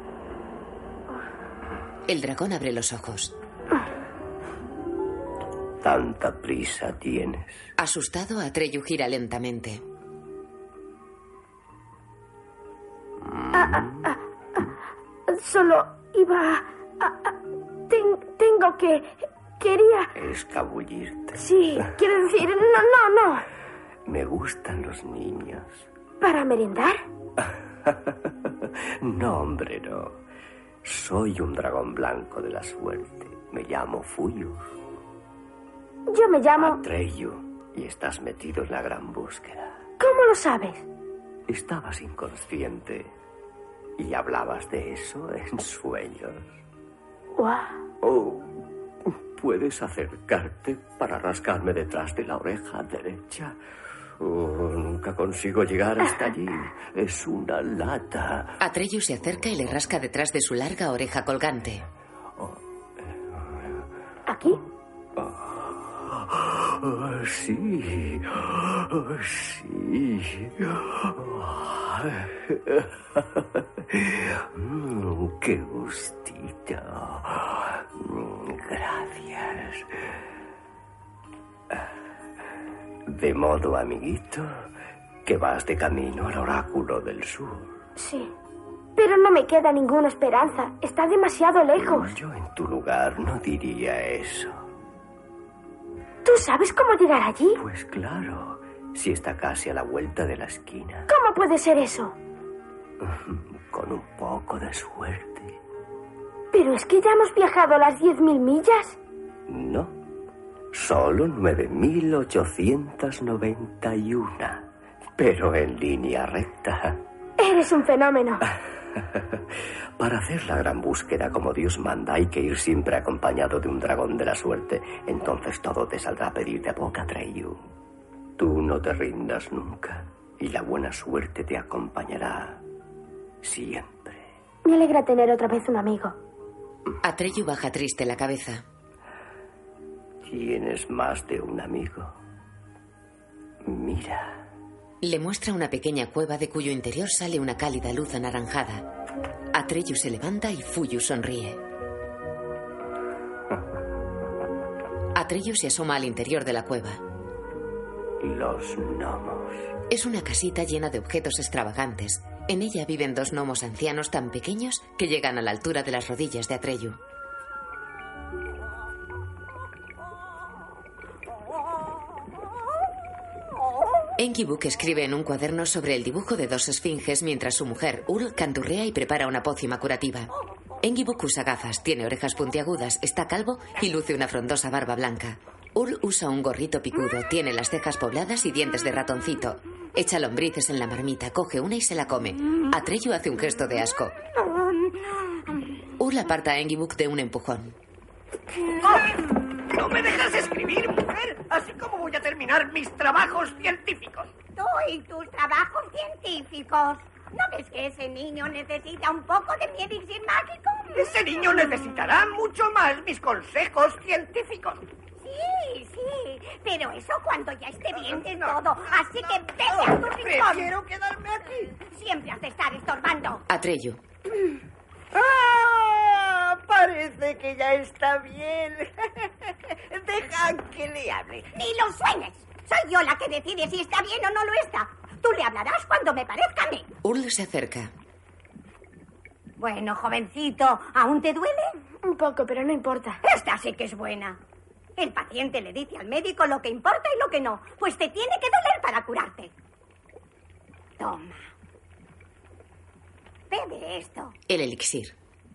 Speaker 2: El dragón abre los ojos.
Speaker 10: ¿Tanta prisa tienes?
Speaker 2: Asustado, Atreyu gira lentamente.
Speaker 12: Ah, ah, ah, ah. Solo iba a... a- a- ten- tengo que... Quería...
Speaker 10: Escabullirte.
Speaker 12: Sí, quiero decir... No, no, no.
Speaker 10: Me gustan los niños.
Speaker 12: ¿Para merendar?
Speaker 10: No, hombre, no. Soy un dragón blanco de la suerte. Me llamo Fuyus.
Speaker 12: Yo me llamo...
Speaker 10: Atreyu. Y estás metido en la gran búsqueda.
Speaker 12: ¿Cómo lo sabes?
Speaker 10: Estabas inconsciente. Y hablabas de eso en sueños.
Speaker 12: Guau.
Speaker 10: Oh, ¿puedes acercarte para rascarme detrás de la oreja derecha? Oh, nunca consigo llegar hasta allí. Es una lata.
Speaker 2: Atreyu se acerca y le rasca detrás de su larga oreja colgante.
Speaker 12: ¿Aquí?
Speaker 10: Oh, sí. Oh, sí. Mm, qué gustito. Mm, gracias. De modo, amiguito, que vas de camino al oráculo del sur.
Speaker 12: Sí. Pero no me queda ninguna esperanza. Está demasiado lejos.
Speaker 10: Yo en tu lugar no diría eso.
Speaker 12: ¿Tú sabes cómo llegar allí?
Speaker 10: Pues claro, si está casi a la vuelta de la esquina.
Speaker 12: ¿Cómo puede ser eso?
Speaker 10: Con un poco de suerte.
Speaker 12: ¿Pero es que ya hemos viajado las diez mil millas?
Speaker 10: No, solo nueve mil ochocientas noventa y una, pero en línea recta.
Speaker 12: Eres un fenómeno.
Speaker 10: Para hacer la gran búsqueda como Dios manda hay que ir siempre acompañado de un dragón de la suerte. Entonces todo te saldrá a pedir de boca, Atreyu. Tú no te rindas nunca y la buena suerte te acompañará siempre.
Speaker 12: Me alegra tener otra vez un amigo.
Speaker 2: Atreyu baja triste la cabeza.
Speaker 10: Tienes más de un amigo. Mira.
Speaker 2: Le muestra una pequeña cueva de cuyo interior sale una cálida luz anaranjada. Atreyu se levanta y Fuyu sonríe. Atreyu se asoma al interior de la cueva.
Speaker 10: Los gnomos.
Speaker 2: Es una casita llena de objetos extravagantes. En ella viven dos gnomos ancianos tan pequeños que llegan a la altura de las rodillas de Atreyu. Enki-Buk escribe en un cuaderno sobre el dibujo de dos esfinges mientras su mujer, Ul, canturrea y prepara una pócima curativa. Enki-Buk usa gafas, tiene orejas puntiagudas, está calvo y luce una frondosa barba blanca. Ul usa un gorrito picudo, tiene las cejas pobladas y dientes de ratoncito. Echa lombrices en la marmita, coge una y se la come. Atreyu hace un gesto de asco. Ul aparta a Enki-Buk de un empujón.
Speaker 7: ¡No me dejas escribir, mujer! Así como voy a terminar mis trabajos científicos.
Speaker 5: Tú y tus trabajos científicos. ¿No ves que ese niño necesita un poco de mi elixir mágico?
Speaker 7: Ese niño necesitará mucho más mis consejos científicos.
Speaker 5: Sí, sí, pero eso cuando ya esté bien de todo. Así que vete a tu rincón.
Speaker 7: Prefiero quedarme aquí.
Speaker 5: Siempre has de estar estorbando.
Speaker 2: Atreyu.
Speaker 7: ¡Ah! Parece que ya está bien. Deja que le hable.
Speaker 5: ¡Ni lo sueñes! Soy yo la que decide si está bien o no lo está. Tú le hablarás cuando me parezca a mí.
Speaker 2: Ul se acerca.
Speaker 5: Bueno, jovencito, ¿aún te duele?
Speaker 12: Un poco, pero no importa.
Speaker 5: Esta sí que es buena. El paciente le dice al médico lo que importa y lo que no. Pues te tiene que doler para curarte. Toma. Bebe esto.
Speaker 2: El elixir.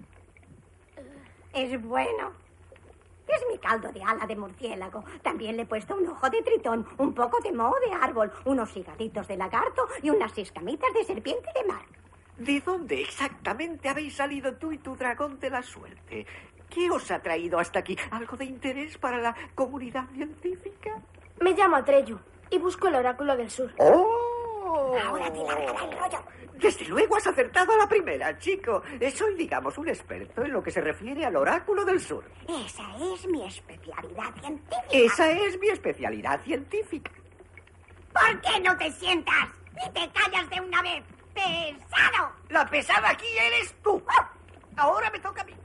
Speaker 5: Es bueno. Es mi caldo de ala de murciélago. También le he puesto un ojo de tritón, un poco de moho de árbol, unos higaditos de lagarto y unas escamitas de serpiente de mar.
Speaker 7: ¿De dónde exactamente habéis salido tú y tu dragón de la suerte? ¿Qué os ha traído hasta aquí? ¿Algo de interés para la comunidad científica?
Speaker 12: Me llamo Atreyu y busco el oráculo del sur.
Speaker 7: ¡Oh!
Speaker 5: Ahora te largará el rollo.
Speaker 7: Desde luego has acertado a la primera, chico. Soy, digamos, un experto en lo que se refiere al oráculo del sur.
Speaker 5: Esa es mi especialidad científica.
Speaker 7: Esa es mi especialidad científica.
Speaker 5: ¿Por qué no te sientas y te callas de una vez? ¡Pesado!
Speaker 7: La pesada aquí eres tú. Ahora me toca a mí.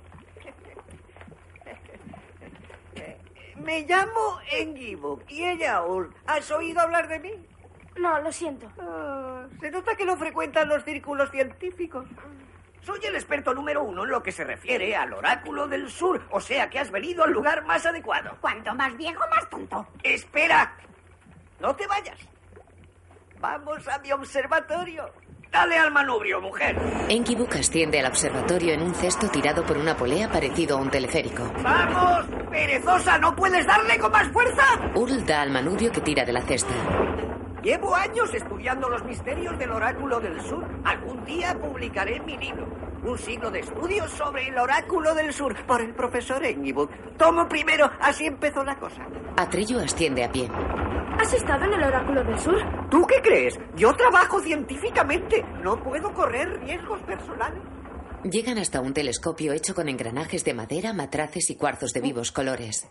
Speaker 7: Me llamo Enki-Buk y ella Ul. ¿Has oído hablar de mí?
Speaker 12: No, lo siento.
Speaker 7: Oh, se nota que no frecuentan los círculos científicos. Soy el experto número uno en lo que se refiere al oráculo del sur, o sea que has venido al lugar más adecuado.
Speaker 5: Cuanto más viejo, más tonto.
Speaker 7: ¡Espera! No te vayas. Vamos a mi observatorio. Dale al manubrio, mujer.
Speaker 2: Enki-Buk asciende al observatorio en un cesto tirado por una polea parecido a un teleférico.
Speaker 7: ¡Vamos! ¡Perezosa! ¿No puedes darle con más fuerza?
Speaker 2: Ul da al manubrio que tira de la cesta.
Speaker 7: Llevo años estudiando los misterios del oráculo del sur. Algún día publicaré mi libro. Un siglo de estudios sobre el oráculo del sur por el profesor Enki-Buk. Tomo primero, así empezó la cosa.
Speaker 2: Atreyu asciende a pie.
Speaker 12: ¿Has estado en el oráculo del sur?
Speaker 7: ¿Tú qué crees? Yo trabajo científicamente. No puedo correr riesgos personales.
Speaker 2: Llegan hasta un telescopio hecho con engranajes de madera, matraces y cuarzos de vivos colores.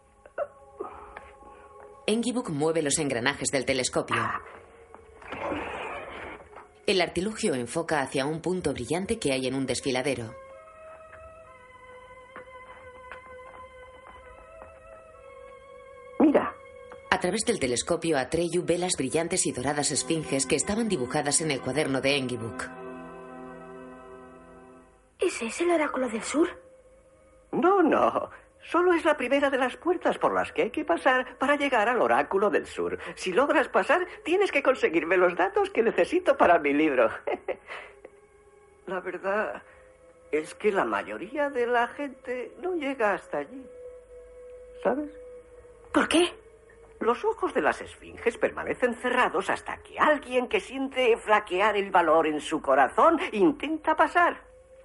Speaker 2: Enki-Buk mueve los engranajes del telescopio. El artilugio enfoca hacia un punto brillante que hay en un desfiladero.
Speaker 7: Mira.
Speaker 2: A través del telescopio, Atreyu ve las brillantes y doradas esfinges que estaban dibujadas en el cuaderno de Enki-Buk.
Speaker 12: ¿Ese es el oráculo del sur?
Speaker 10: No, no. Solo es la primera de las puertas por las que hay que pasar para llegar al oráculo del sur. Si logras pasar, tienes que conseguirme los datos que necesito para mi libro. La verdad es que la mayoría de la gente no llega hasta allí. ¿Sabes?
Speaker 12: ¿Por qué?
Speaker 10: Los ojos de las esfinges permanecen cerrados hasta que alguien que siente flaquear el valor en su corazón intenta pasar.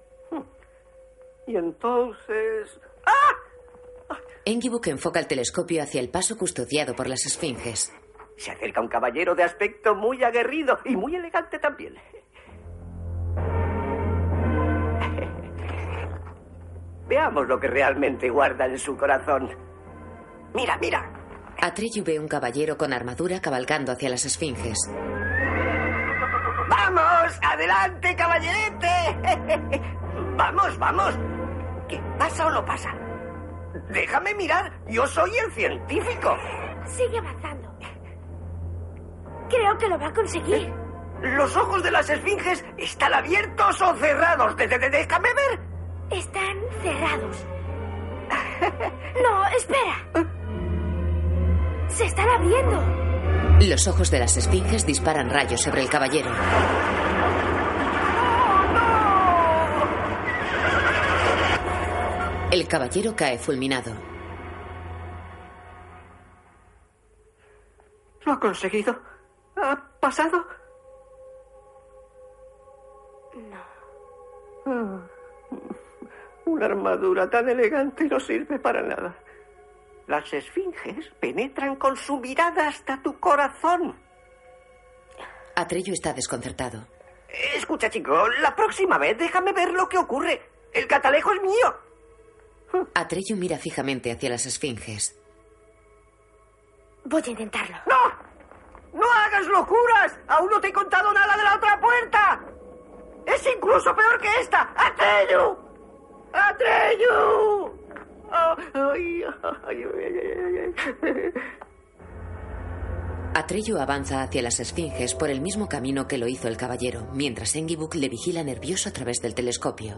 Speaker 10: Y entonces... ¡Ah!
Speaker 2: Enki-Buk enfoca el telescopio hacia el paso custodiado por las esfinges.
Speaker 10: Se acerca un caballero de aspecto muy aguerrido y muy elegante también. Veamos lo que realmente guarda en su corazón. Mira, mira.
Speaker 2: Atreyu ve un caballero con armadura cabalgando hacia las esfinges.
Speaker 10: ¡Vamos! ¡Adelante, caballerete! ¡Vamos, vamos! ¿Qué pasa o no pasa? Déjame mirar. Yo soy el científico.
Speaker 12: Sigue avanzando. Creo que lo va a conseguir.
Speaker 10: ¿Los ojos de las esfinges están abiertos o cerrados? De, de, de, déjame ver.
Speaker 12: Están cerrados. No, espera. Se están abriendo.
Speaker 2: Los ojos de las esfinges disparan rayos sobre el caballero. El caballero cae fulminado.
Speaker 10: ¿Lo ha conseguido? ¿Ha pasado?
Speaker 12: No.
Speaker 10: Una armadura tan elegante no sirve para nada. Las esfinges penetran con su mirada hasta tu corazón.
Speaker 2: Atreyu está desconcertado.
Speaker 10: Escucha, chico, la próxima vez déjame ver lo que ocurre. El catalejo es mío.
Speaker 2: Atreyu mira fijamente hacia las esfinges.
Speaker 12: Voy a intentarlo.
Speaker 10: ¡No! ¡No hagas locuras! ¡Aún no te he contado nada de la otra puerta! ¡Es incluso peor que esta! ¡Atreyu! ¡Atreyu! Ay, ay, ay, ay.
Speaker 2: Atreyu avanza hacia las esfinges por el mismo camino que lo hizo el caballero, mientras Enguibuk le vigila nervioso a través del telescopio.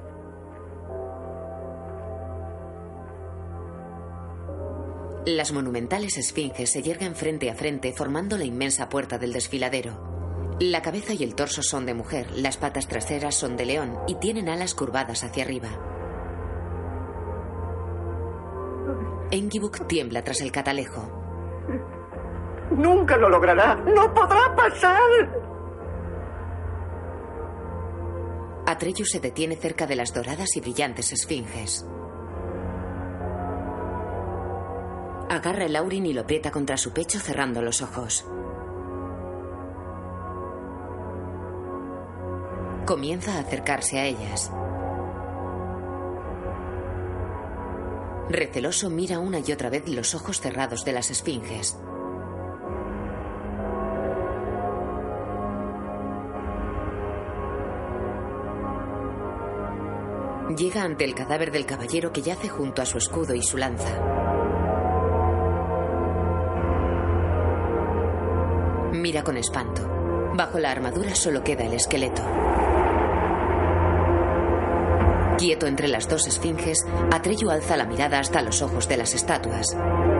Speaker 2: Las monumentales esfinges se yerguen frente a frente formando la inmensa puerta del desfiladero. La cabeza y el torso son de mujer, las patas traseras son de león y tienen alas curvadas hacia arriba. Enguibuk tiembla tras el catalejo.
Speaker 10: ¡Nunca lo logrará! ¡No podrá pasar!
Speaker 2: Atreyu se detiene cerca de las doradas y brillantes esfinges. Agarra el aurin y lo aprieta contra su pecho cerrando los ojos. Comienza a acercarse a ellas. Receloso mira una y otra vez los ojos cerrados de las esfinges. Llega ante el cadáver del caballero que yace junto a su escudo y su lanza. Mira con espanto. Bajo la armadura solo queda el esqueleto. Quieto entre las dos esfinges, Atreyu alza la mirada hasta los ojos de las estatuas.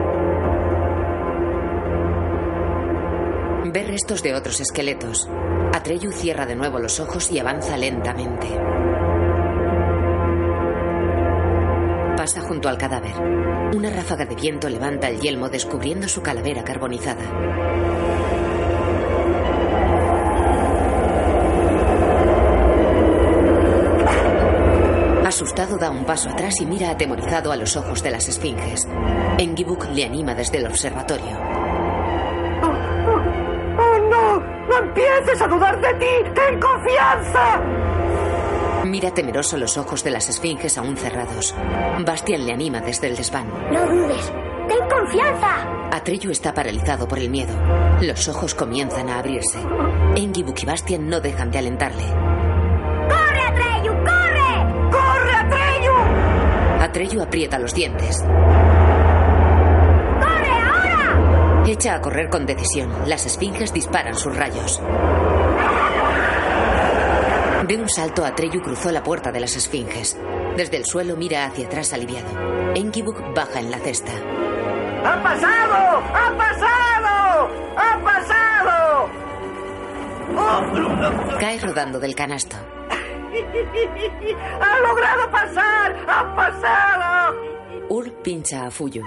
Speaker 2: Ve restos de otros esqueletos. Atreyu cierra de nuevo los ojos y avanza lentamente. Pasa junto al cadáver. Una ráfaga de viento levanta el yelmo descubriendo su calavera carbonizada. Asustado da un paso atrás y mira atemorizado a los ojos de las esfinges. Enguibuk le anima desde el observatorio.
Speaker 10: ¡Oh, oh, oh no! ¡No empieces a dudar de ti! ¡Ten confianza!
Speaker 2: Mira temeroso los ojos de las esfinges aún cerrados. Bastian le anima desde el desván.
Speaker 4: No dudes. ¡Ten confianza!
Speaker 2: Atreyu está paralizado por el miedo. Los ojos comienzan a abrirse. Enguibuk y Bastian no dejan de alentarle.
Speaker 5: ¡Corre, Atreyu! ¡Corre!
Speaker 10: ¡Corre, Atreyu!
Speaker 2: Atreyu aprieta los dientes.
Speaker 5: ¡Corre ahora!
Speaker 2: Echa a correr con decisión. Las esfinges disparan sus rayos. De un salto, Atreyu cruzó la puerta de las esfinges. Desde el suelo mira hacia atrás aliviado. Enguibuk baja en la cesta.
Speaker 10: ¡Ha pasado! ¡Ha pasado! ¡Ha pasado! Oh.
Speaker 2: Cae rodando del canasto.
Speaker 10: ¡Ha logrado pasar! ¡Ha pasado!
Speaker 2: Ur pincha a Fuyu.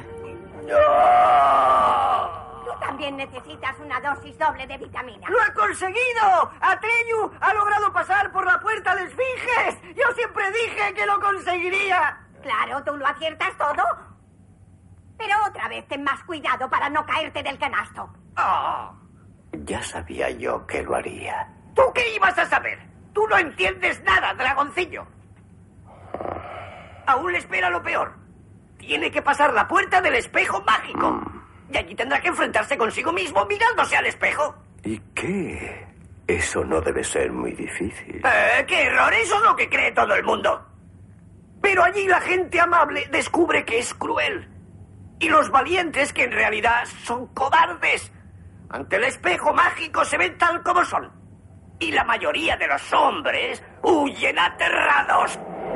Speaker 5: Tú también necesitas una dosis doble de vitamina.
Speaker 10: ¡Lo ha conseguido! ¡Atreyu ha logrado pasar por la puerta de esfinges! ¡Yo siempre dije que lo conseguiría!
Speaker 5: Claro, tú lo aciertas todo. Pero otra vez ten más cuidado para no caerte del canasto.
Speaker 7: Oh.
Speaker 10: Ya sabía yo que lo haría.
Speaker 7: ¿Tú qué ibas a saber? Tú no entiendes nada, dragoncillo. Aún le espera lo peor. Tiene que pasar la puerta del espejo mágico. Y allí tendrá que enfrentarse consigo mismo mirándose al espejo.
Speaker 10: ¿Y qué? Eso no debe ser muy difícil.
Speaker 7: Eh, ¡Qué error! Eso es lo que cree todo el mundo. Pero allí la gente amable descubre que es cruel. Y los valientes, que en realidad son cobardes, ante el espejo mágico se ven tal como son. Y la mayoría de los hombres huyen aterrados.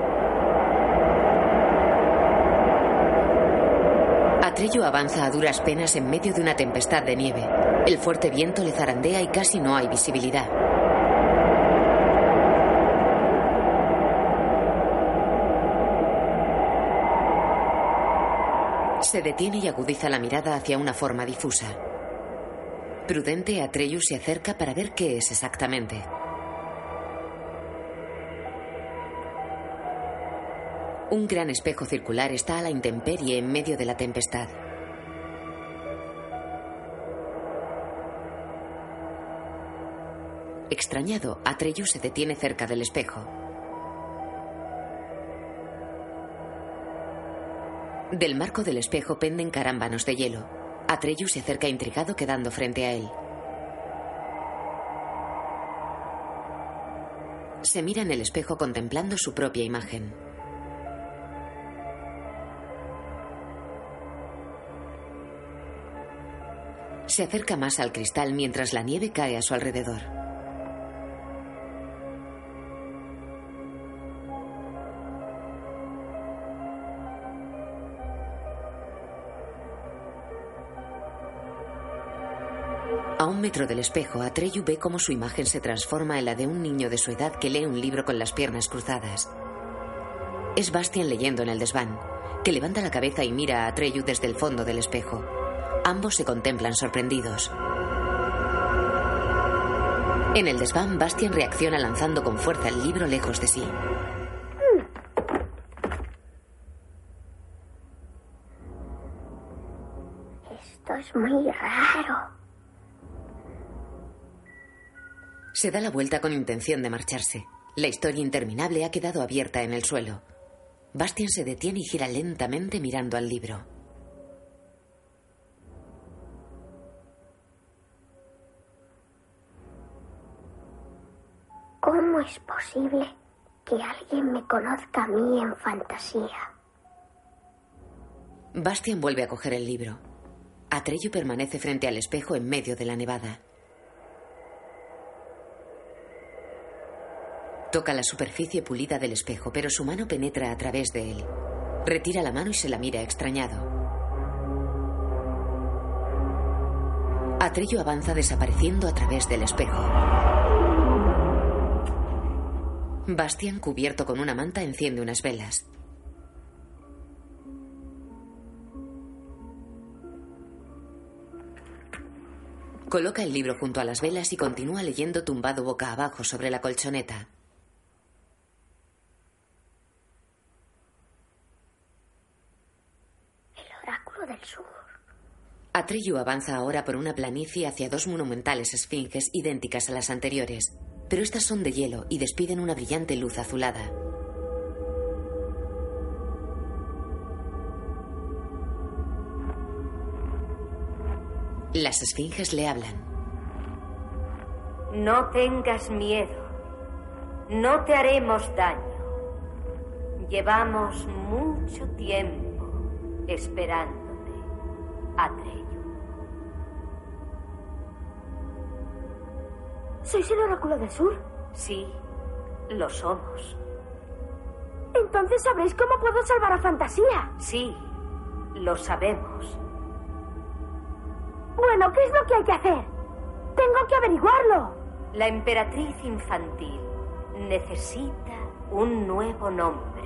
Speaker 2: Atreyu avanza a duras penas en medio de una tempestad de nieve. El fuerte viento le zarandea y casi no hay visibilidad. Se detiene y agudiza la mirada hacia una forma difusa. Prudente, Atreyu se acerca para ver qué es exactamente. Un gran espejo circular está a la intemperie en medio de la tempestad. Extrañado, Atreyu se detiene cerca del espejo. Del marco del espejo penden carámbanos de hielo. Atreyu se acerca intrigado, quedando frente a él. Se mira en el espejo contemplando su propia imagen. Se acerca más al cristal mientras la nieve cae a su alrededor. A un metro del espejo, Atreyu ve cómo su imagen se transforma en la de un niño de su edad que lee un libro con las piernas cruzadas. Es Bastian leyendo en el desván, que levanta la cabeza y mira a Atreyu desde el fondo del espejo. Ambos se contemplan sorprendidos. En el desván, Bastian reacciona lanzando con fuerza el libro lejos de sí.
Speaker 4: Esto es muy raro.
Speaker 2: Se da la vuelta con intención de marcharse. La historia interminable ha quedado abierta en el suelo. Bastian se detiene y gira lentamente mirando al libro.
Speaker 4: ¿Cómo es posible que alguien me conozca a mí en fantasía?
Speaker 2: Bastian vuelve a coger el libro. Atreyu permanece frente al espejo en medio de la nevada. Toca la superficie pulida del espejo, pero su mano penetra a través de él. Retira la mano y se la mira extrañado. Atreyu avanza desapareciendo a través del espejo. Bastian, cubierto con una manta, enciende unas velas. Coloca el libro junto a las velas y continúa leyendo tumbado boca abajo sobre la colchoneta.
Speaker 4: Del sur.
Speaker 2: Atreyu avanza ahora por una planicie hacia dos monumentales esfinges idénticas a las anteriores, pero estas son de hielo y despiden una brillante luz azulada. Las esfinges le hablan.
Speaker 13: No tengas miedo. No te haremos daño. Llevamos mucho tiempo esperando. Atreyu.
Speaker 12: ¿Sois el oráculo del sur?
Speaker 13: Sí, lo somos.
Speaker 12: Entonces sabréis cómo puedo salvar a Fantasía.
Speaker 13: Sí, lo sabemos.
Speaker 12: Bueno, ¿qué es lo que hay que hacer? Tengo que averiguarlo.
Speaker 13: La emperatriz infantil necesita un nuevo nombre.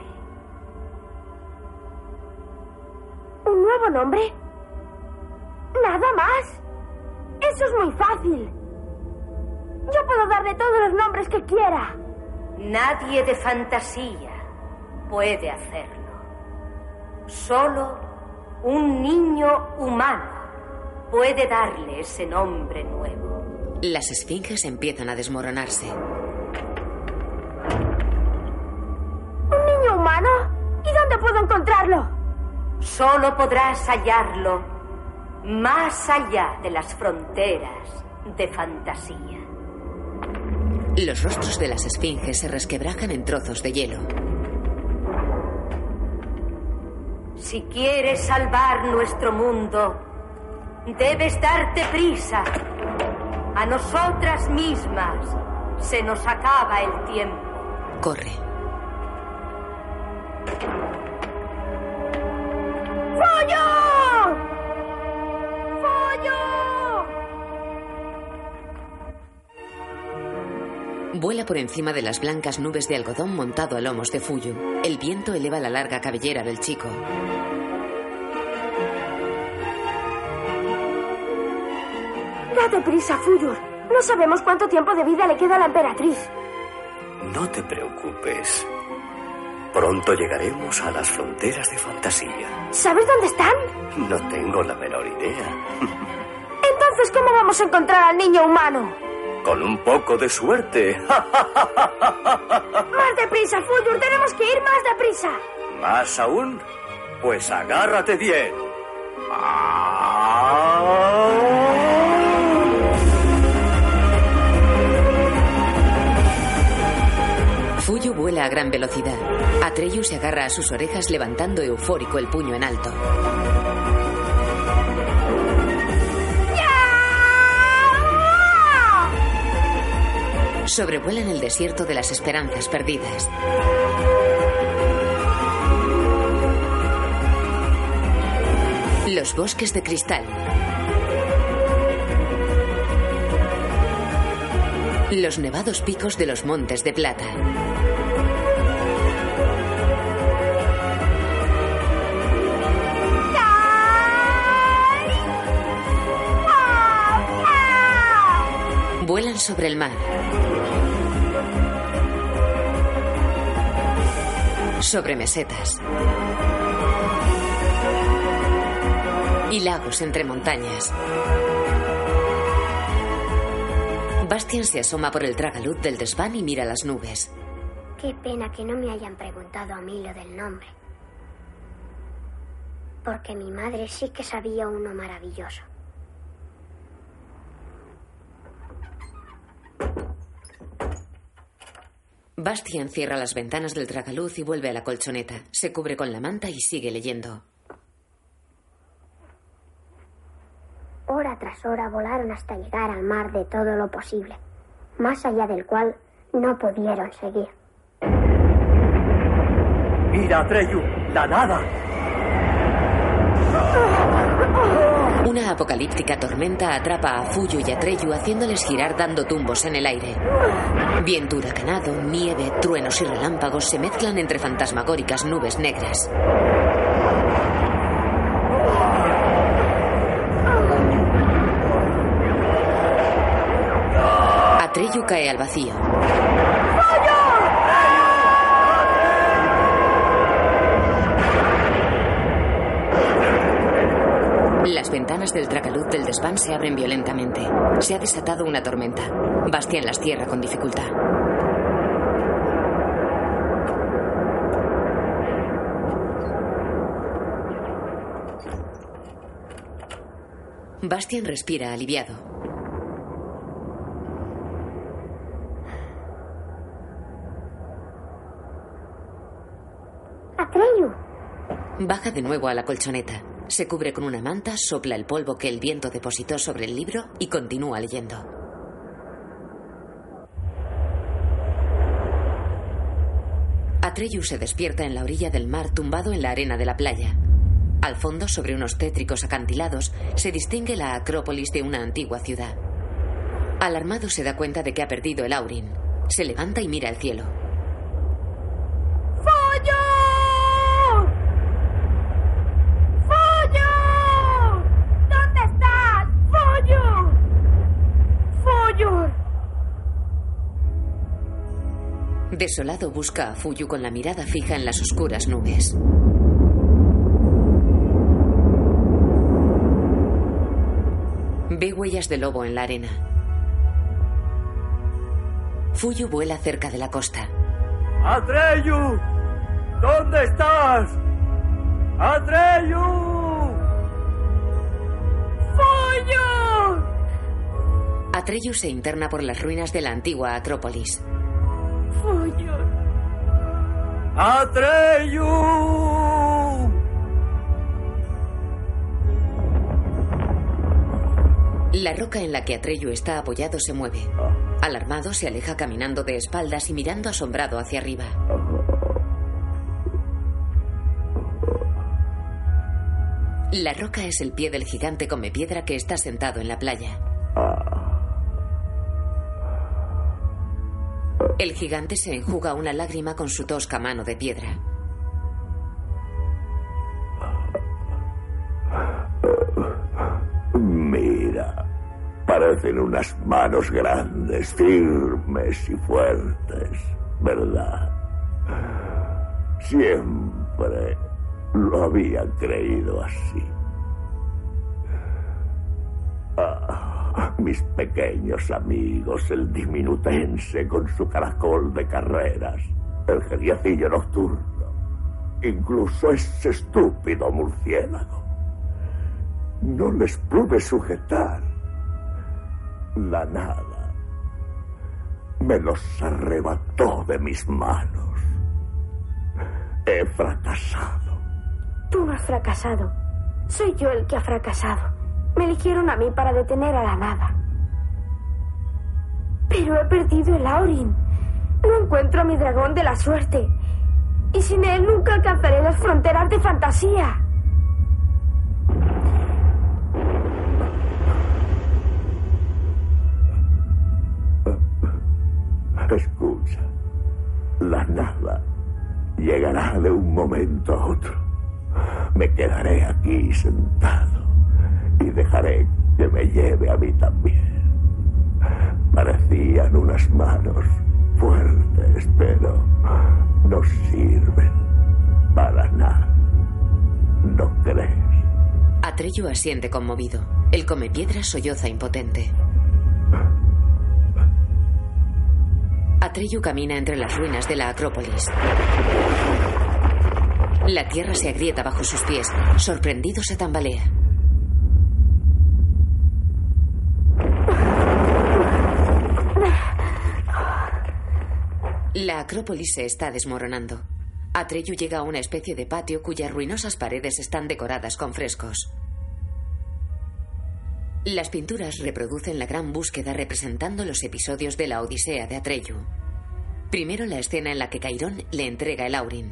Speaker 12: ¿Un nuevo nombre? ¿Nada más? Eso es muy fácil. Yo puedo darle todos los nombres que quiera.
Speaker 13: Nadie de Fantasía puede hacerlo. Solo un niño humano puede darle ese nombre nuevo.
Speaker 2: Las esfinges empiezan a desmoronarse.
Speaker 12: ¿Un niño humano? ¿Y dónde puedo encontrarlo?
Speaker 13: Solo podrás hallarlo más allá de las fronteras de fantasía.
Speaker 2: Los rostros de las esfinges se resquebrajan en trozos de hielo.
Speaker 13: Si quieres salvar nuestro mundo, debes darte prisa. A nosotras mismas se nos acaba el tiempo.
Speaker 2: Corre.
Speaker 12: ¡Follo! ¡Follo!
Speaker 2: Vuela por encima de las blancas nubes de algodón montado a lomos de Fuyu. El viento eleva la larga cabellera del chico.
Speaker 12: Date prisa, Fuyur. No sabemos cuánto tiempo de vida le queda a la emperatriz.
Speaker 10: No te preocupes. Pronto llegaremos a las fronteras de fantasía.
Speaker 12: ¿Sabes dónde están?
Speaker 10: No tengo la menor idea.
Speaker 12: Entonces, ¿cómo vamos a encontrar al niño humano?
Speaker 10: Con un poco de suerte.
Speaker 12: ¡Más deprisa, Fuyur! ¡Tenemos que ir más deprisa!
Speaker 10: ¿Más aún? Pues agárrate bien.
Speaker 2: Fuyu vuela a gran velocidad. Atreyu se agarra a sus orejas levantando eufórico el puño en alto. Sobrevuelan el desierto de las esperanzas perdidas. Los bosques de cristal. Los nevados picos de los montes de plata. Vuelan sobre el mar. Sobre mesetas. Y lagos entre montañas. Bastian se asoma por el tragaluz del desván y mira las nubes.
Speaker 4: Qué pena que no me hayan preguntado a mí lo del nombre. Porque mi madre sí que sabía uno maravilloso.
Speaker 2: Bastian cierra las ventanas del tragaluz y vuelve a la colchoneta. Se cubre con la manta y sigue leyendo.
Speaker 4: Hora tras hora volaron hasta llegar al mar de todo lo posible, más allá del cual no pudieron seguir.
Speaker 6: ¡Mira, Atreyu! ¡La nada!
Speaker 2: Una apocalíptica tormenta atrapa a Fuyu y Atreyu haciéndoles girar dando tumbos en el aire. Viento huracanado, nieve, truenos y relámpagos se mezclan entre fantasmagóricas nubes negras. Atreyu cae al vacío. Las ventanas del tragaluz del desván se abren violentamente. Se ha desatado una tormenta. Bastian las cierra con dificultad. Bastian respira aliviado.
Speaker 4: ¡Atreyu!
Speaker 2: Baja de nuevo a la colchoneta. Se cubre con una manta, sopla el polvo que el viento depositó sobre el libro y continúa leyendo. Atreyu se despierta en la orilla del mar, tumbado en la arena de la playa. Al fondo, sobre unos tétricos acantilados, se distingue la acrópolis de una antigua ciudad. Alarmado se da cuenta de que ha perdido el Aurin. Se levanta y mira al cielo.
Speaker 12: ¡Follo! ¿Dónde estás? ¡Follo! ¡Follo!
Speaker 2: Desolado busca a Fuyu con la mirada fija en las oscuras nubes. Ve huellas de lobo en la arena. Fuyu vuela cerca de la costa.
Speaker 14: ¡Atreyu! ¿Dónde estás? ¡Atreyu!
Speaker 12: ¡Fuyu!
Speaker 2: Atreyu se interna por las ruinas de la antigua Acrópolis.
Speaker 12: ¡Fuyu!
Speaker 14: ¡Atreyu!
Speaker 2: La roca en la que Atreyu está apoyado se mueve. Alarmado, se aleja caminando de espaldas y mirando asombrado hacia arriba. La roca es el pie del gigante comepiedra que está sentado en la playa. El gigante se enjuga una lágrima con su tosca mano de piedra.
Speaker 8: Mira, parecen unas manos grandes, firmes y fuertes, ¿verdad? Siempre lo había creído así. Ah, mis pequeños amigos, el diminutense con su caracol de carreras, el geriacillo nocturno, incluso ese estúpido murciélago. No les pude sujetar. La nada me los arrebató de mis manos. He fracasado.
Speaker 12: Tú no has fracasado. Soy yo el que ha fracasado. Me eligieron a mí para detener a la nada. Pero he perdido el Aurin. No encuentro a mi dragón de la suerte. Y sin él nunca alcanzaré las fronteras de fantasía.
Speaker 8: Escucha, la nada llegará de un momento a otro. Me quedaré aquí sentado y dejaré que me lleve a mí también. Parecían unas manos fuertes, pero no sirven para nada. ¿No crees?
Speaker 2: Atreyu asiente conmovido. El comepiedra solloza impotente. Atreyu camina entre las ruinas de la Acrópolis. La tierra se agrieta bajo sus pies. Sorprendido, se tambalea. La Acrópolis se está desmoronando. Atreyu llega a una especie de patio cuyas ruinosas paredes están decoradas con frescos. Las pinturas reproducen la gran búsqueda representando los episodios de la Odisea de Atreyu. Primero la escena en la que Cairón le entrega el Aurin.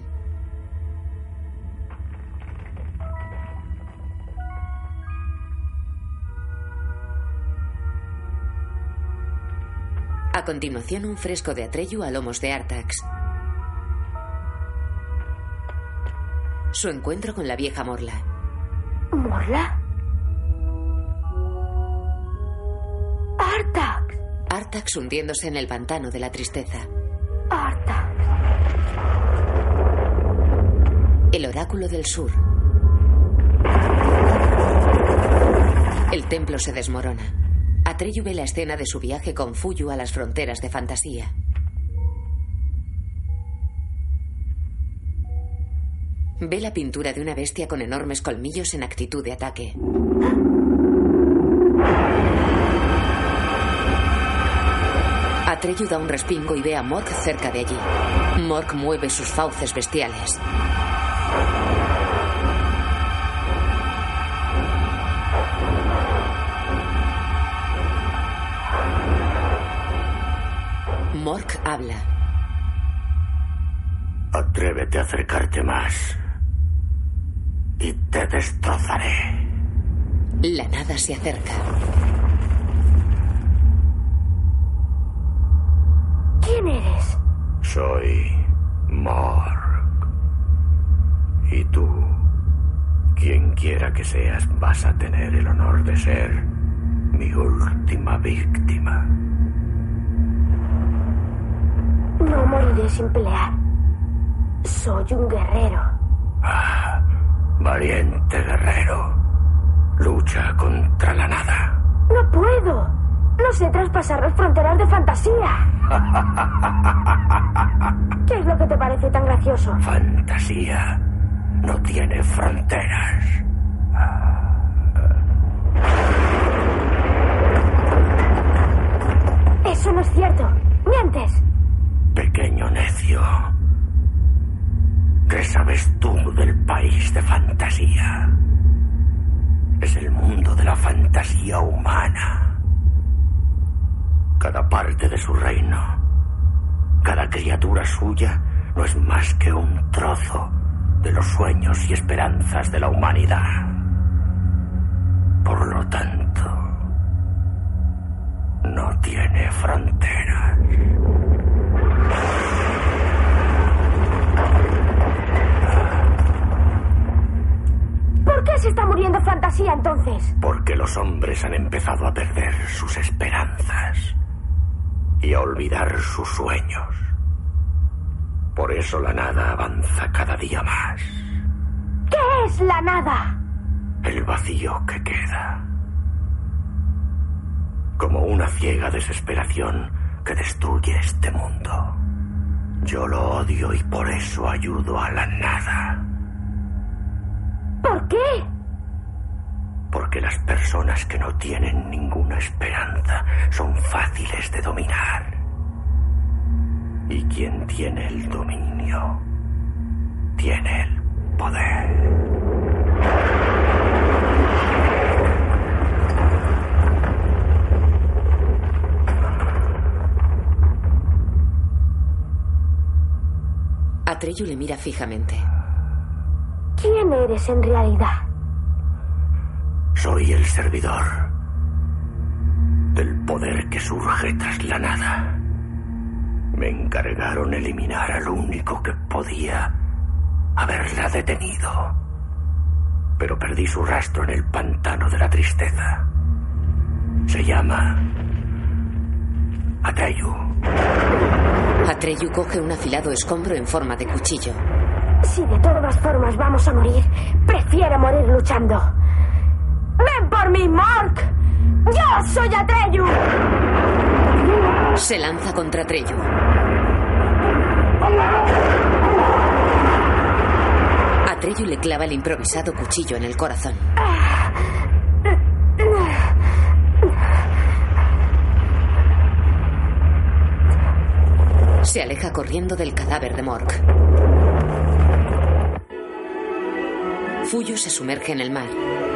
Speaker 2: A continuación, un fresco de Atreyu a lomos de Artax. Su encuentro con la vieja Morla.
Speaker 12: ¿Morla? ¡Artax!
Speaker 2: Artax hundiéndose en el pantano de la tristeza.
Speaker 12: ¡Artax!
Speaker 2: El oráculo del sur. El templo se desmorona. Atreyu ve la escena de su viaje con Fuyu a las fronteras de fantasía. Ve la pintura de una bestia con enormes colmillos en actitud de ataque. Atreyu da un respingo y ve a Mork cerca de allí. Mork mueve sus fauces bestiales. Mork habla.
Speaker 8: Atrévete a acercarte más y te destrozaré.
Speaker 2: La nada se acerca.
Speaker 12: ¿Quién eres?
Speaker 8: Soy Mork. Y tú, quien quiera que seas, vas a tener el honor de ser mi última víctima.
Speaker 12: No moriré sin pelear. Soy un guerrero.
Speaker 8: Ah, valiente guerrero. Lucha contra la nada.
Speaker 12: No puedo. No sé traspasar las fronteras de fantasía. ¿Qué es lo que te parece tan gracioso?
Speaker 8: Fantasía no tiene fronteras.
Speaker 12: Eso no es cierto. Mientes.
Speaker 8: Pequeño necio. ¿Qué sabes tú del país de fantasía? Es el mundo de la fantasía humana. Cada parte de su reino, cada criatura suya, no es más que un trozo de los sueños y esperanzas de la humanidad. Por lo tanto, no tiene fronteras.
Speaker 12: ¿Por qué se está muriendo fantasía entonces?
Speaker 8: Porque los hombres han empezado a perder sus esperanzas y a olvidar sus sueños. Por eso la nada avanza cada día más.
Speaker 12: ¿Qué es la nada?
Speaker 8: El vacío que queda. Como una ciega desesperación que destruye este mundo. Yo lo odio y por eso ayudo a la nada.
Speaker 12: ¿Por qué?
Speaker 8: Porque las personas que no tienen ninguna esperanza son fáciles de dominar. Y quien tiene el dominio, tiene el poder.
Speaker 2: Atreyu le mira fijamente.
Speaker 12: ¿Quién eres en realidad?
Speaker 8: Soy el servidor del poder que surge tras la nada. Me encargaron eliminar al único que podía haberla detenido. Pero perdí su rastro en el pantano de la tristeza. Se llama Atreyu.
Speaker 2: Atreyu coge un afilado escombro en forma de cuchillo.
Speaker 12: Si de todas formas vamos a morir, prefiero morir luchando. ¡Ven por mí, Mork! ¡Yo soy Atreyu!
Speaker 2: Se lanza contra Atreyu. Atreyu le clava el improvisado cuchillo en el corazón. Se aleja corriendo del cadáver de Mork. Fuyu se sumerge en el mar.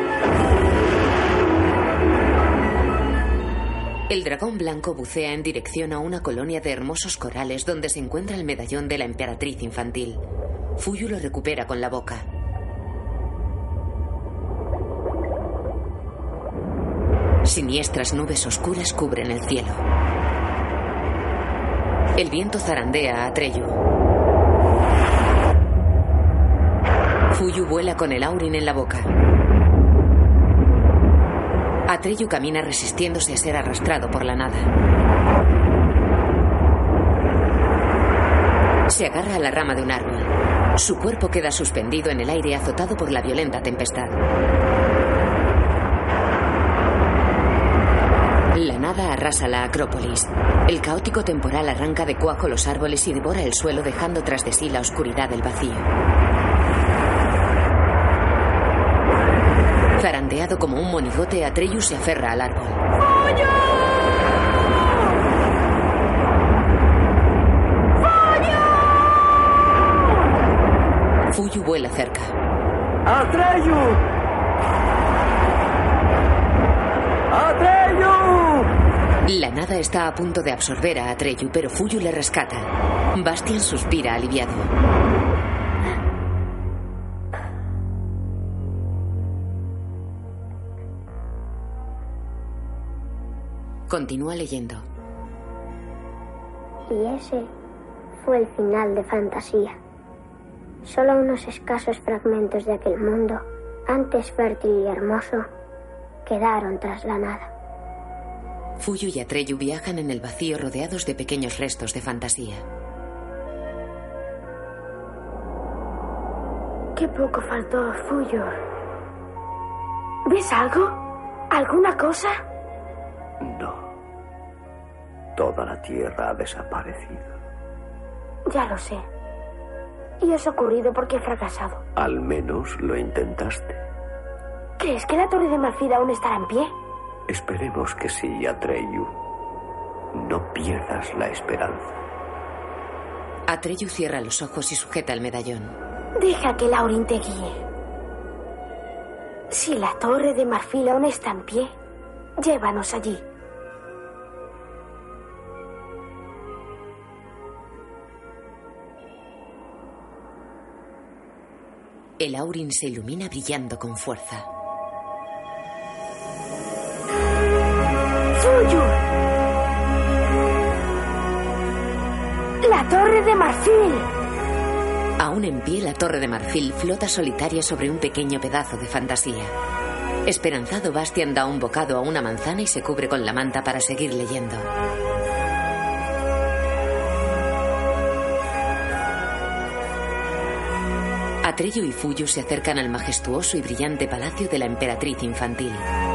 Speaker 2: El dragón blanco bucea en dirección a una colonia de hermosos corales donde se encuentra el medallón de la emperatriz infantil. Fuyu lo recupera con la boca. Siniestras nubes oscuras cubren el cielo. El viento zarandea a Atreyu. Fuyu vuela con el Aurin en la boca. Atreyu camina resistiéndose a ser arrastrado por la nada. Se agarra a la rama de un árbol. Su cuerpo queda suspendido en el aire azotado por la violenta tempestad. La nada arrasa la Acrópolis. El caótico temporal arranca de cuajo los árboles y devora el suelo dejando tras de sí la oscuridad del vacío. Zarandeado como un monigote, Atreyu se aferra al árbol.
Speaker 12: ¡Fuyu! ¡Fuyu!
Speaker 2: Fuyu vuela cerca.
Speaker 14: ¡Atreyu! ¡Atreyu!
Speaker 2: La nada está a punto de absorber a Atreyu, pero Fuyu le rescata. Bastian suspira aliviado. Continúa leyendo.
Speaker 4: Y ese fue el final de Fantasía. Solo unos escasos fragmentos de aquel mundo, antes fértil y hermoso, quedaron tras la nada.
Speaker 2: Fuyu y Atreyu viajan en el vacío rodeados de pequeños restos de fantasía.
Speaker 12: Qué poco faltó, Fuyu. ¿Ves algo? ¿Alguna cosa?
Speaker 8: No. Toda la Tierra ha desaparecido.
Speaker 12: Ya lo sé. Y eso ha ocurrido porque he fracasado.
Speaker 8: Al menos lo intentaste.
Speaker 12: ¿Crees que la Torre de Marfil aún estará en pie?
Speaker 8: Esperemos que sí, Atreyu. No pierdas la esperanza.
Speaker 2: Atreyu cierra los ojos y sujeta el medallón.
Speaker 12: Deja que Laurin te guíe. Si la Torre de Marfil aún está en pie, llévanos allí.
Speaker 2: El Aurin se ilumina brillando con fuerza.
Speaker 12: ¡Fuyu! ¡La Torre de Marfil!
Speaker 2: Aún en pie, la Torre de Marfil flota solitaria sobre un pequeño pedazo de fantasía. Esperanzado, Bastian da un bocado a una manzana y se cubre con la manta para seguir leyendo. Atreyu y Fuyu se acercan al majestuoso y brillante palacio de la emperatriz infantil.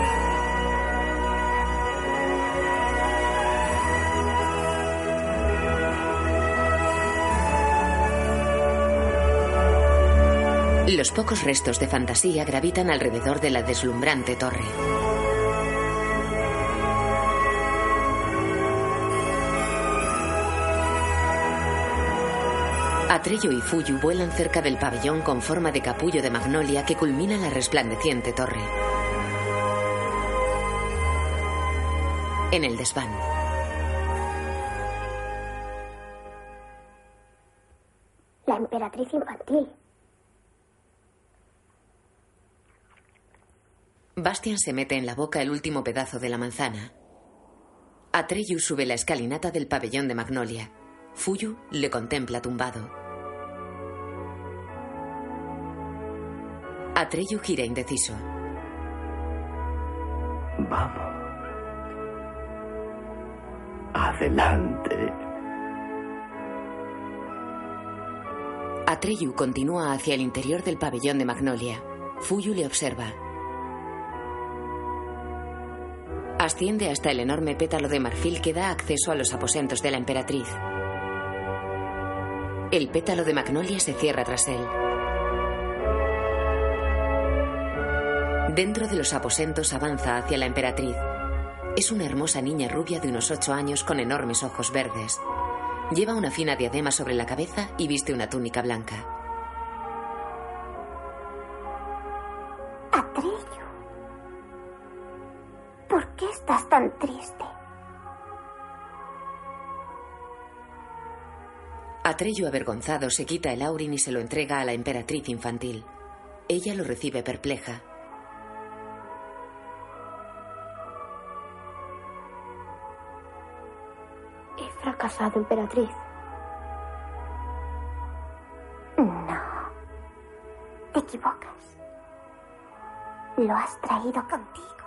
Speaker 2: Los pocos restos de fantasía gravitan alrededor de la deslumbrante torre. Atreyu y Fuyu vuelan cerca del pabellón con forma de capullo de magnolia que culmina la resplandeciente torre. En el desván.
Speaker 4: La emperatriz infantil.
Speaker 2: Bastian se mete en la boca el último pedazo de la manzana. Atreyu sube la escalinata del pabellón de magnolia. Fuyu le contempla tumbado. Atreyu gira indeciso.
Speaker 8: Vamos. Adelante.
Speaker 2: Atreyu continúa hacia el interior del pabellón de magnolia. Fuyu le observa. Asciende hasta el enorme pétalo de marfil que da acceso a los aposentos de la emperatriz. El pétalo de magnolia se cierra tras él. Dentro de los aposentos avanza hacia la emperatriz. Es una hermosa niña rubia de unos ocho años con enormes ojos verdes. Lleva una fina diadema sobre la cabeza y viste una túnica blanca.
Speaker 4: Atreyu, ¿por qué estás tan triste?
Speaker 2: Atreyu, avergonzado, se quita el aurin y se lo entrega a la emperatriz infantil. Ella lo recibe perpleja.
Speaker 12: He fracasado, emperatriz.
Speaker 4: No. Te equivocas. Lo has traído contigo.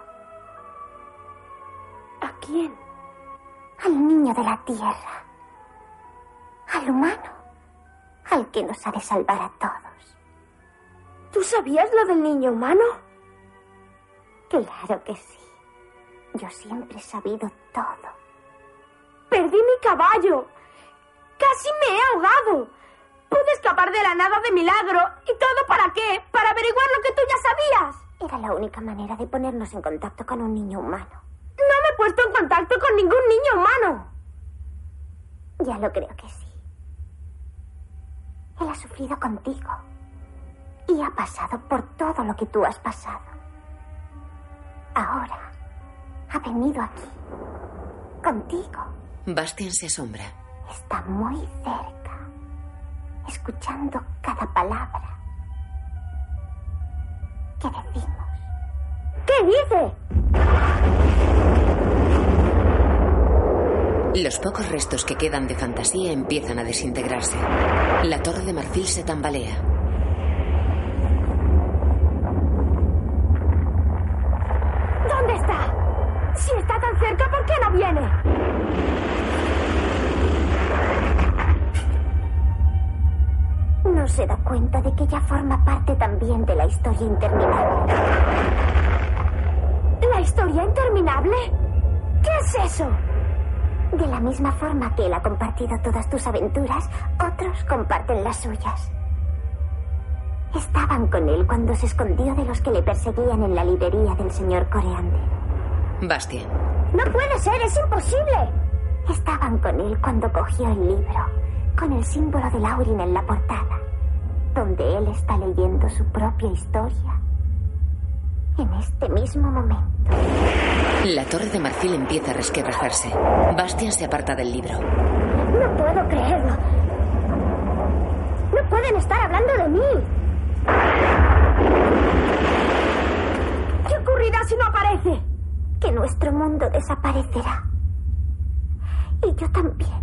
Speaker 12: ¿A quién?
Speaker 4: Al niño de la tierra. Al humano. Al que nos ha de salvar a todos.
Speaker 12: ¿Tú sabías lo del niño humano?
Speaker 4: Claro que sí. Yo siempre he sabido todo.
Speaker 12: ¡Perdí mi caballo! ¡Casi me he ahogado! Pude escapar de la nada de milagro. ¿Y todo para qué? ¿Para averiguar lo que tú ya sabías?
Speaker 4: Era la única manera de ponernos en contacto con un niño humano.
Speaker 12: No me he puesto en contacto con ningún niño humano.
Speaker 4: Ya lo creo que sí. Él ha sufrido contigo. Y ha pasado por todo lo que tú has pasado. Ahora ha venido aquí. Contigo.
Speaker 2: Bastian se asombra.
Speaker 4: Está muy cerca, escuchando cada palabra. ¿Qué decimos?
Speaker 12: ¿Qué dice?
Speaker 2: Los pocos restos que quedan de fantasía empiezan a desintegrarse. La torre de marfil se tambalea.
Speaker 12: ¿Dónde está? Si está tan cerca, ¿por qué no viene?
Speaker 4: No se da cuenta de que ya forma parte también de la historia interminable.
Speaker 12: ¿La historia interminable? ¿Qué es eso? De la misma forma que él ha compartido todas tus aventuras, otros comparten las suyas. Estaban con él cuando se escondió de los que le perseguían en la librería del señor Coreander.
Speaker 2: Bastian.
Speaker 12: No puede ser, es imposible. Estaban con él cuando cogió el libro, con el símbolo de Laurin en la portada, donde él está leyendo su propia historia. En este mismo momento.
Speaker 2: La torre de marfil empieza a resquebrajarse. Bastian se aparta del libro.
Speaker 12: No puedo creerlo. No pueden estar hablando de mí. ¿Qué ocurrirá si no aparece? Que nuestro mundo desaparecerá. Y yo también.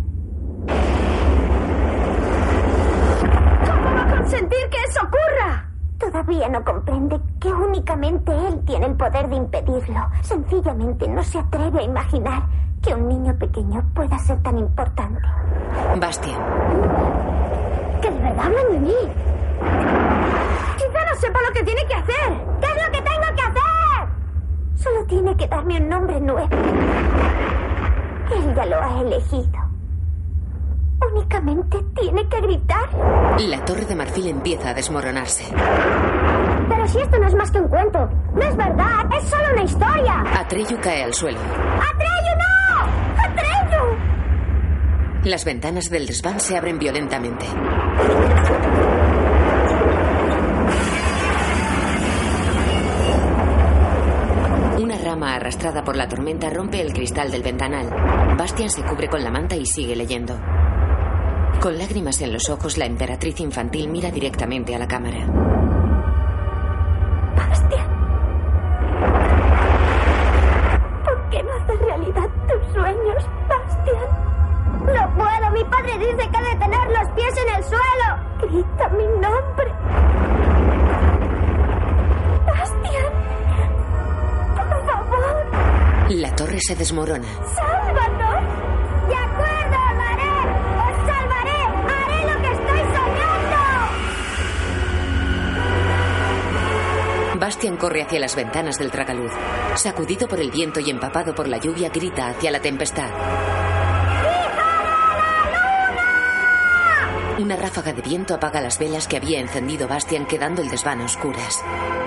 Speaker 12: ¿Cómo va a consentir que eso ocurra? Todavía no comprende que únicamente él tiene el poder de impedirlo. Sencillamente no se atreve a imaginar que un niño pequeño pueda ser tan importante.
Speaker 2: Bastian.
Speaker 12: Que de verdad hablan de mí. Quizá no sepa lo que tiene que hacer. ¿Qué es lo que tengo que hacer? Solo tiene que darme un nombre nuevo. Él ya lo ha elegido. Únicamente tiene que gritar.
Speaker 2: La torre de marfil empieza a desmoronarse.
Speaker 12: Pero si esto no es más que un cuento. No es verdad, es solo una historia.
Speaker 2: Atreyu cae al suelo.
Speaker 12: ¡Atreyu, no! ¡Atreyu!
Speaker 2: Las ventanas del desván se abren violentamente. Una rama arrastrada por la tormenta rompe el cristal del ventanal. Bastian se cubre con la manta y sigue leyendo. Con lágrimas en los ojos, la emperatriz infantil mira directamente a la cámara.
Speaker 12: Bastian, ¿por qué no haces realidad tus sueños, Bastian? No puedo, mi padre dice que he de tener los pies en el suelo. Grita mi nombre. Bastian, por favor.
Speaker 2: La torre se desmorona.
Speaker 12: ¡Sálvanos! De acuerdo, lo haré. Os salvaré. Haré lo que estoy soñando.
Speaker 2: Bastian corre hacia las ventanas del tragaluz. Sacudido por el viento y empapado por la lluvia, grita hacia la tempestad. Una ráfaga de viento apaga las velas que había encendido Bastian, quedando el desván a oscuras.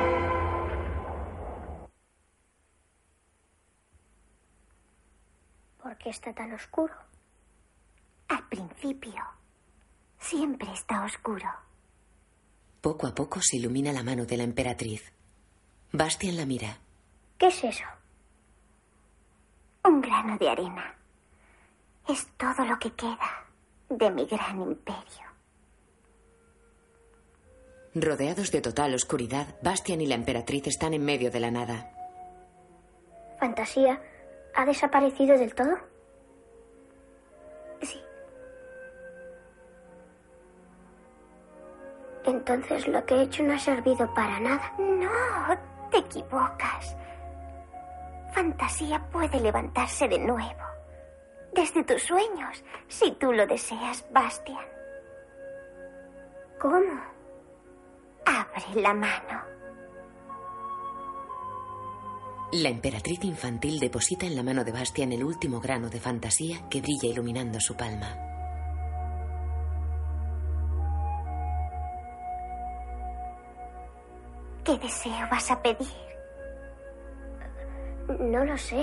Speaker 4: ¿Por qué está tan oscuro?
Speaker 12: Al principio, siempre está oscuro.
Speaker 2: Poco a poco se ilumina la mano de la emperatriz. Bastian la mira.
Speaker 4: ¿Qué es eso?
Speaker 12: Un grano de arena. Es todo lo que queda de mi gran imperio.
Speaker 2: Rodeados de total oscuridad, Bastian y la emperatriz están en medio de la nada.
Speaker 4: ¿Fantasía ha desaparecido del todo?
Speaker 12: Sí.
Speaker 4: Entonces lo que he hecho no ha servido para nada.
Speaker 12: No, te equivocas. Fantasía puede levantarse de nuevo. Desde tus sueños, si tú lo deseas, Bastian.
Speaker 4: ¿Cómo?
Speaker 12: Abre la mano.
Speaker 2: La emperatriz infantil deposita en la mano de Bastian el último grano de fantasía que brilla iluminando su palma.
Speaker 12: ¿Qué deseo vas a pedir?
Speaker 4: No lo sé.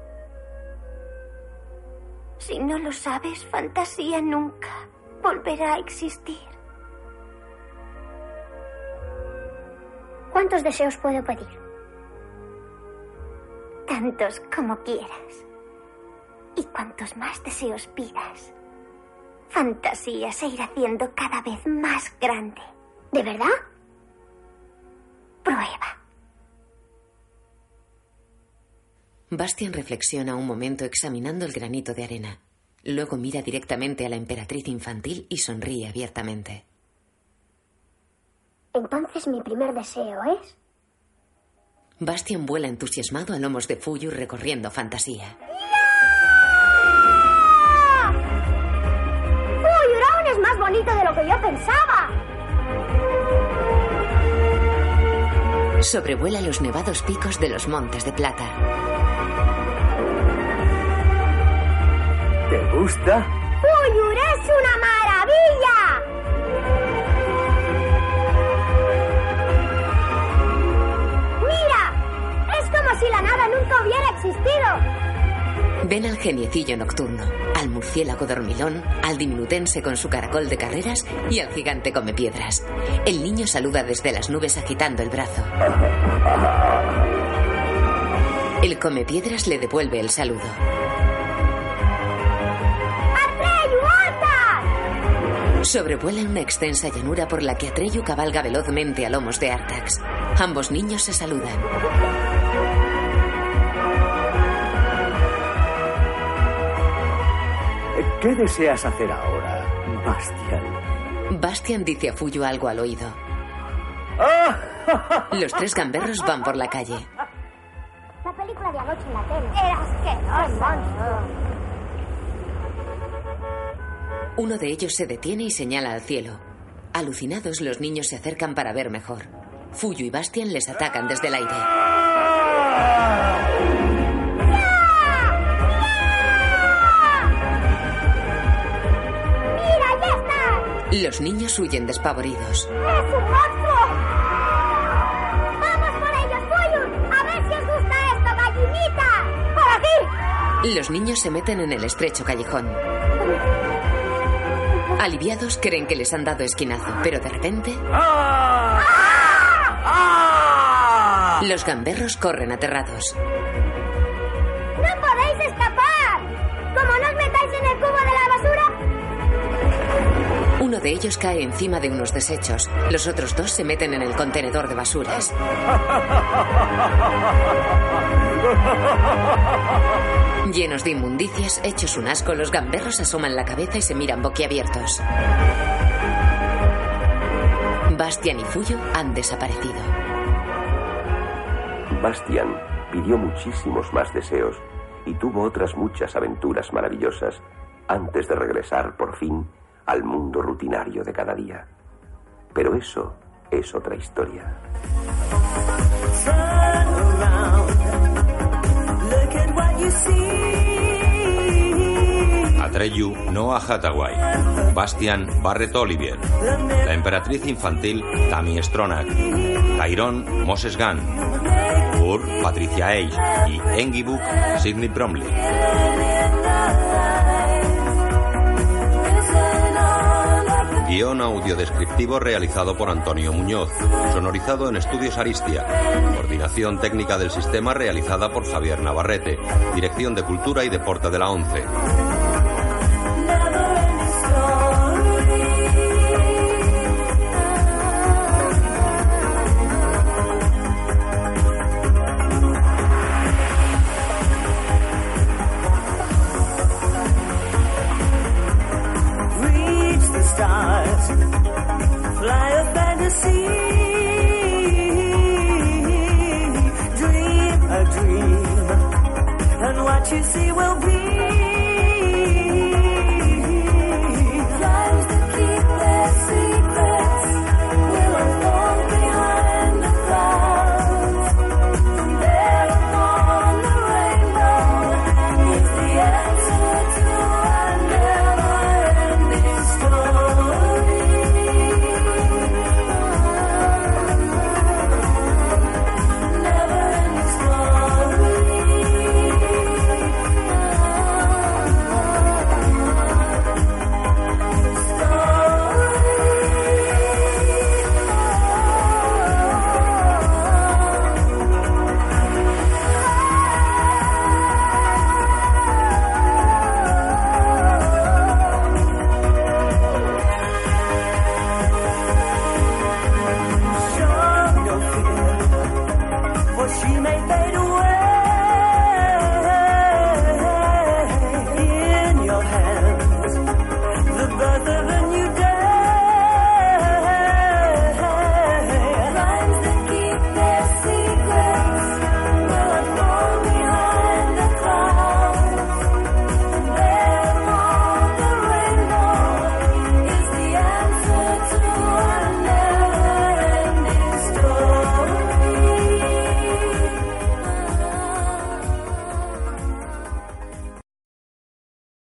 Speaker 12: Si no lo sabes, fantasía nunca volverá a existir.
Speaker 4: ¿Cuántos deseos puedo pedir?
Speaker 12: Tantos como quieras. Y cuantos más deseos pidas, fantasía se irá haciendo cada vez más grande.
Speaker 4: ¿De verdad?
Speaker 12: Prueba.
Speaker 2: Bastian reflexiona un momento examinando el granito de arena. Luego mira directamente a la emperatriz infantil y sonríe abiertamente.
Speaker 4: Entonces mi primer deseo es...
Speaker 2: Bastian vuela entusiasmado a lomos de Fuyu recorriendo fantasía.
Speaker 12: ¡Fuyuraun es más bonito de lo que yo pensaba!
Speaker 2: Sobrevuela los nevados picos de los Montes de Plata.
Speaker 14: gusta?
Speaker 5: ¡Fuyur es una maravilla! ¡Mira! Es como si la nada nunca hubiera existido.
Speaker 2: Ven al geniecillo nocturno, al murciélago dormilón, al diminutense con su caracol de carreras y al gigante come piedras. El niño saluda desde las nubes agitando el brazo. El come piedras le devuelve el saludo.
Speaker 5: ¡Atreyu, alta!
Speaker 2: Sobrevuela una extensa llanura por la que Atreyu cabalga velozmente a lomos de Artax. Ambos niños se saludan.
Speaker 14: ¿Qué deseas hacer ahora, Bastian?
Speaker 2: Bastian dice a Fuyu algo al oído. Los tres gamberros van por la calle.
Speaker 5: La película de anoche en la tele. Era asqueroso.
Speaker 2: Uno de ellos se detiene y señala al cielo. Alucinados, los niños se acercan para ver mejor. Fuyu y Bastian les atacan desde el aire. Los niños huyen despavoridos.
Speaker 5: ¡Es un monstruo! ¡Vamos por ellos, Fuyu! ¡A ver si os gusta esto, gallinita! ¡Por aquí!
Speaker 2: Los niños se meten en el estrecho callejón. Aliviados, creen que les han dado esquinazo, pero de repente...
Speaker 14: ¡Ah! ¡Ah!
Speaker 2: Los gamberros corren aterrados.
Speaker 5: ¡No podéis escapar! ¡Como no os metáis en el cubo de la basura!
Speaker 2: Uno de ellos cae encima de unos desechos. Los otros dos se meten en el contenedor de basuras. Llenos de inmundicias, hechos un asco, los gamberros asoman la cabeza y se miran boquiabiertos. Bastian y Fuyu han desaparecido.
Speaker 15: Bastian pidió muchísimos más deseos y tuvo otras muchas aventuras maravillosas antes de regresar por fin al mundo rutinario de cada día. Pero eso es otra historia.
Speaker 1: Atreyu, Noah Hathaway. Bastian, Barrett Olivier. La emperatriz infantil, Tammy Stronach. Tyrone, Moses Gunn. Ur, Patricia Age. Y Engibuk, Sidney Bromley. Guión audiodescriptivo realizado por Antonio Muñoz. Sonorizado en Estudios Aristia. Coordinación técnica del sistema realizada por Javier Navarrete. Dirección de Cultura y Deporte de la ONCE.
Speaker 16: You see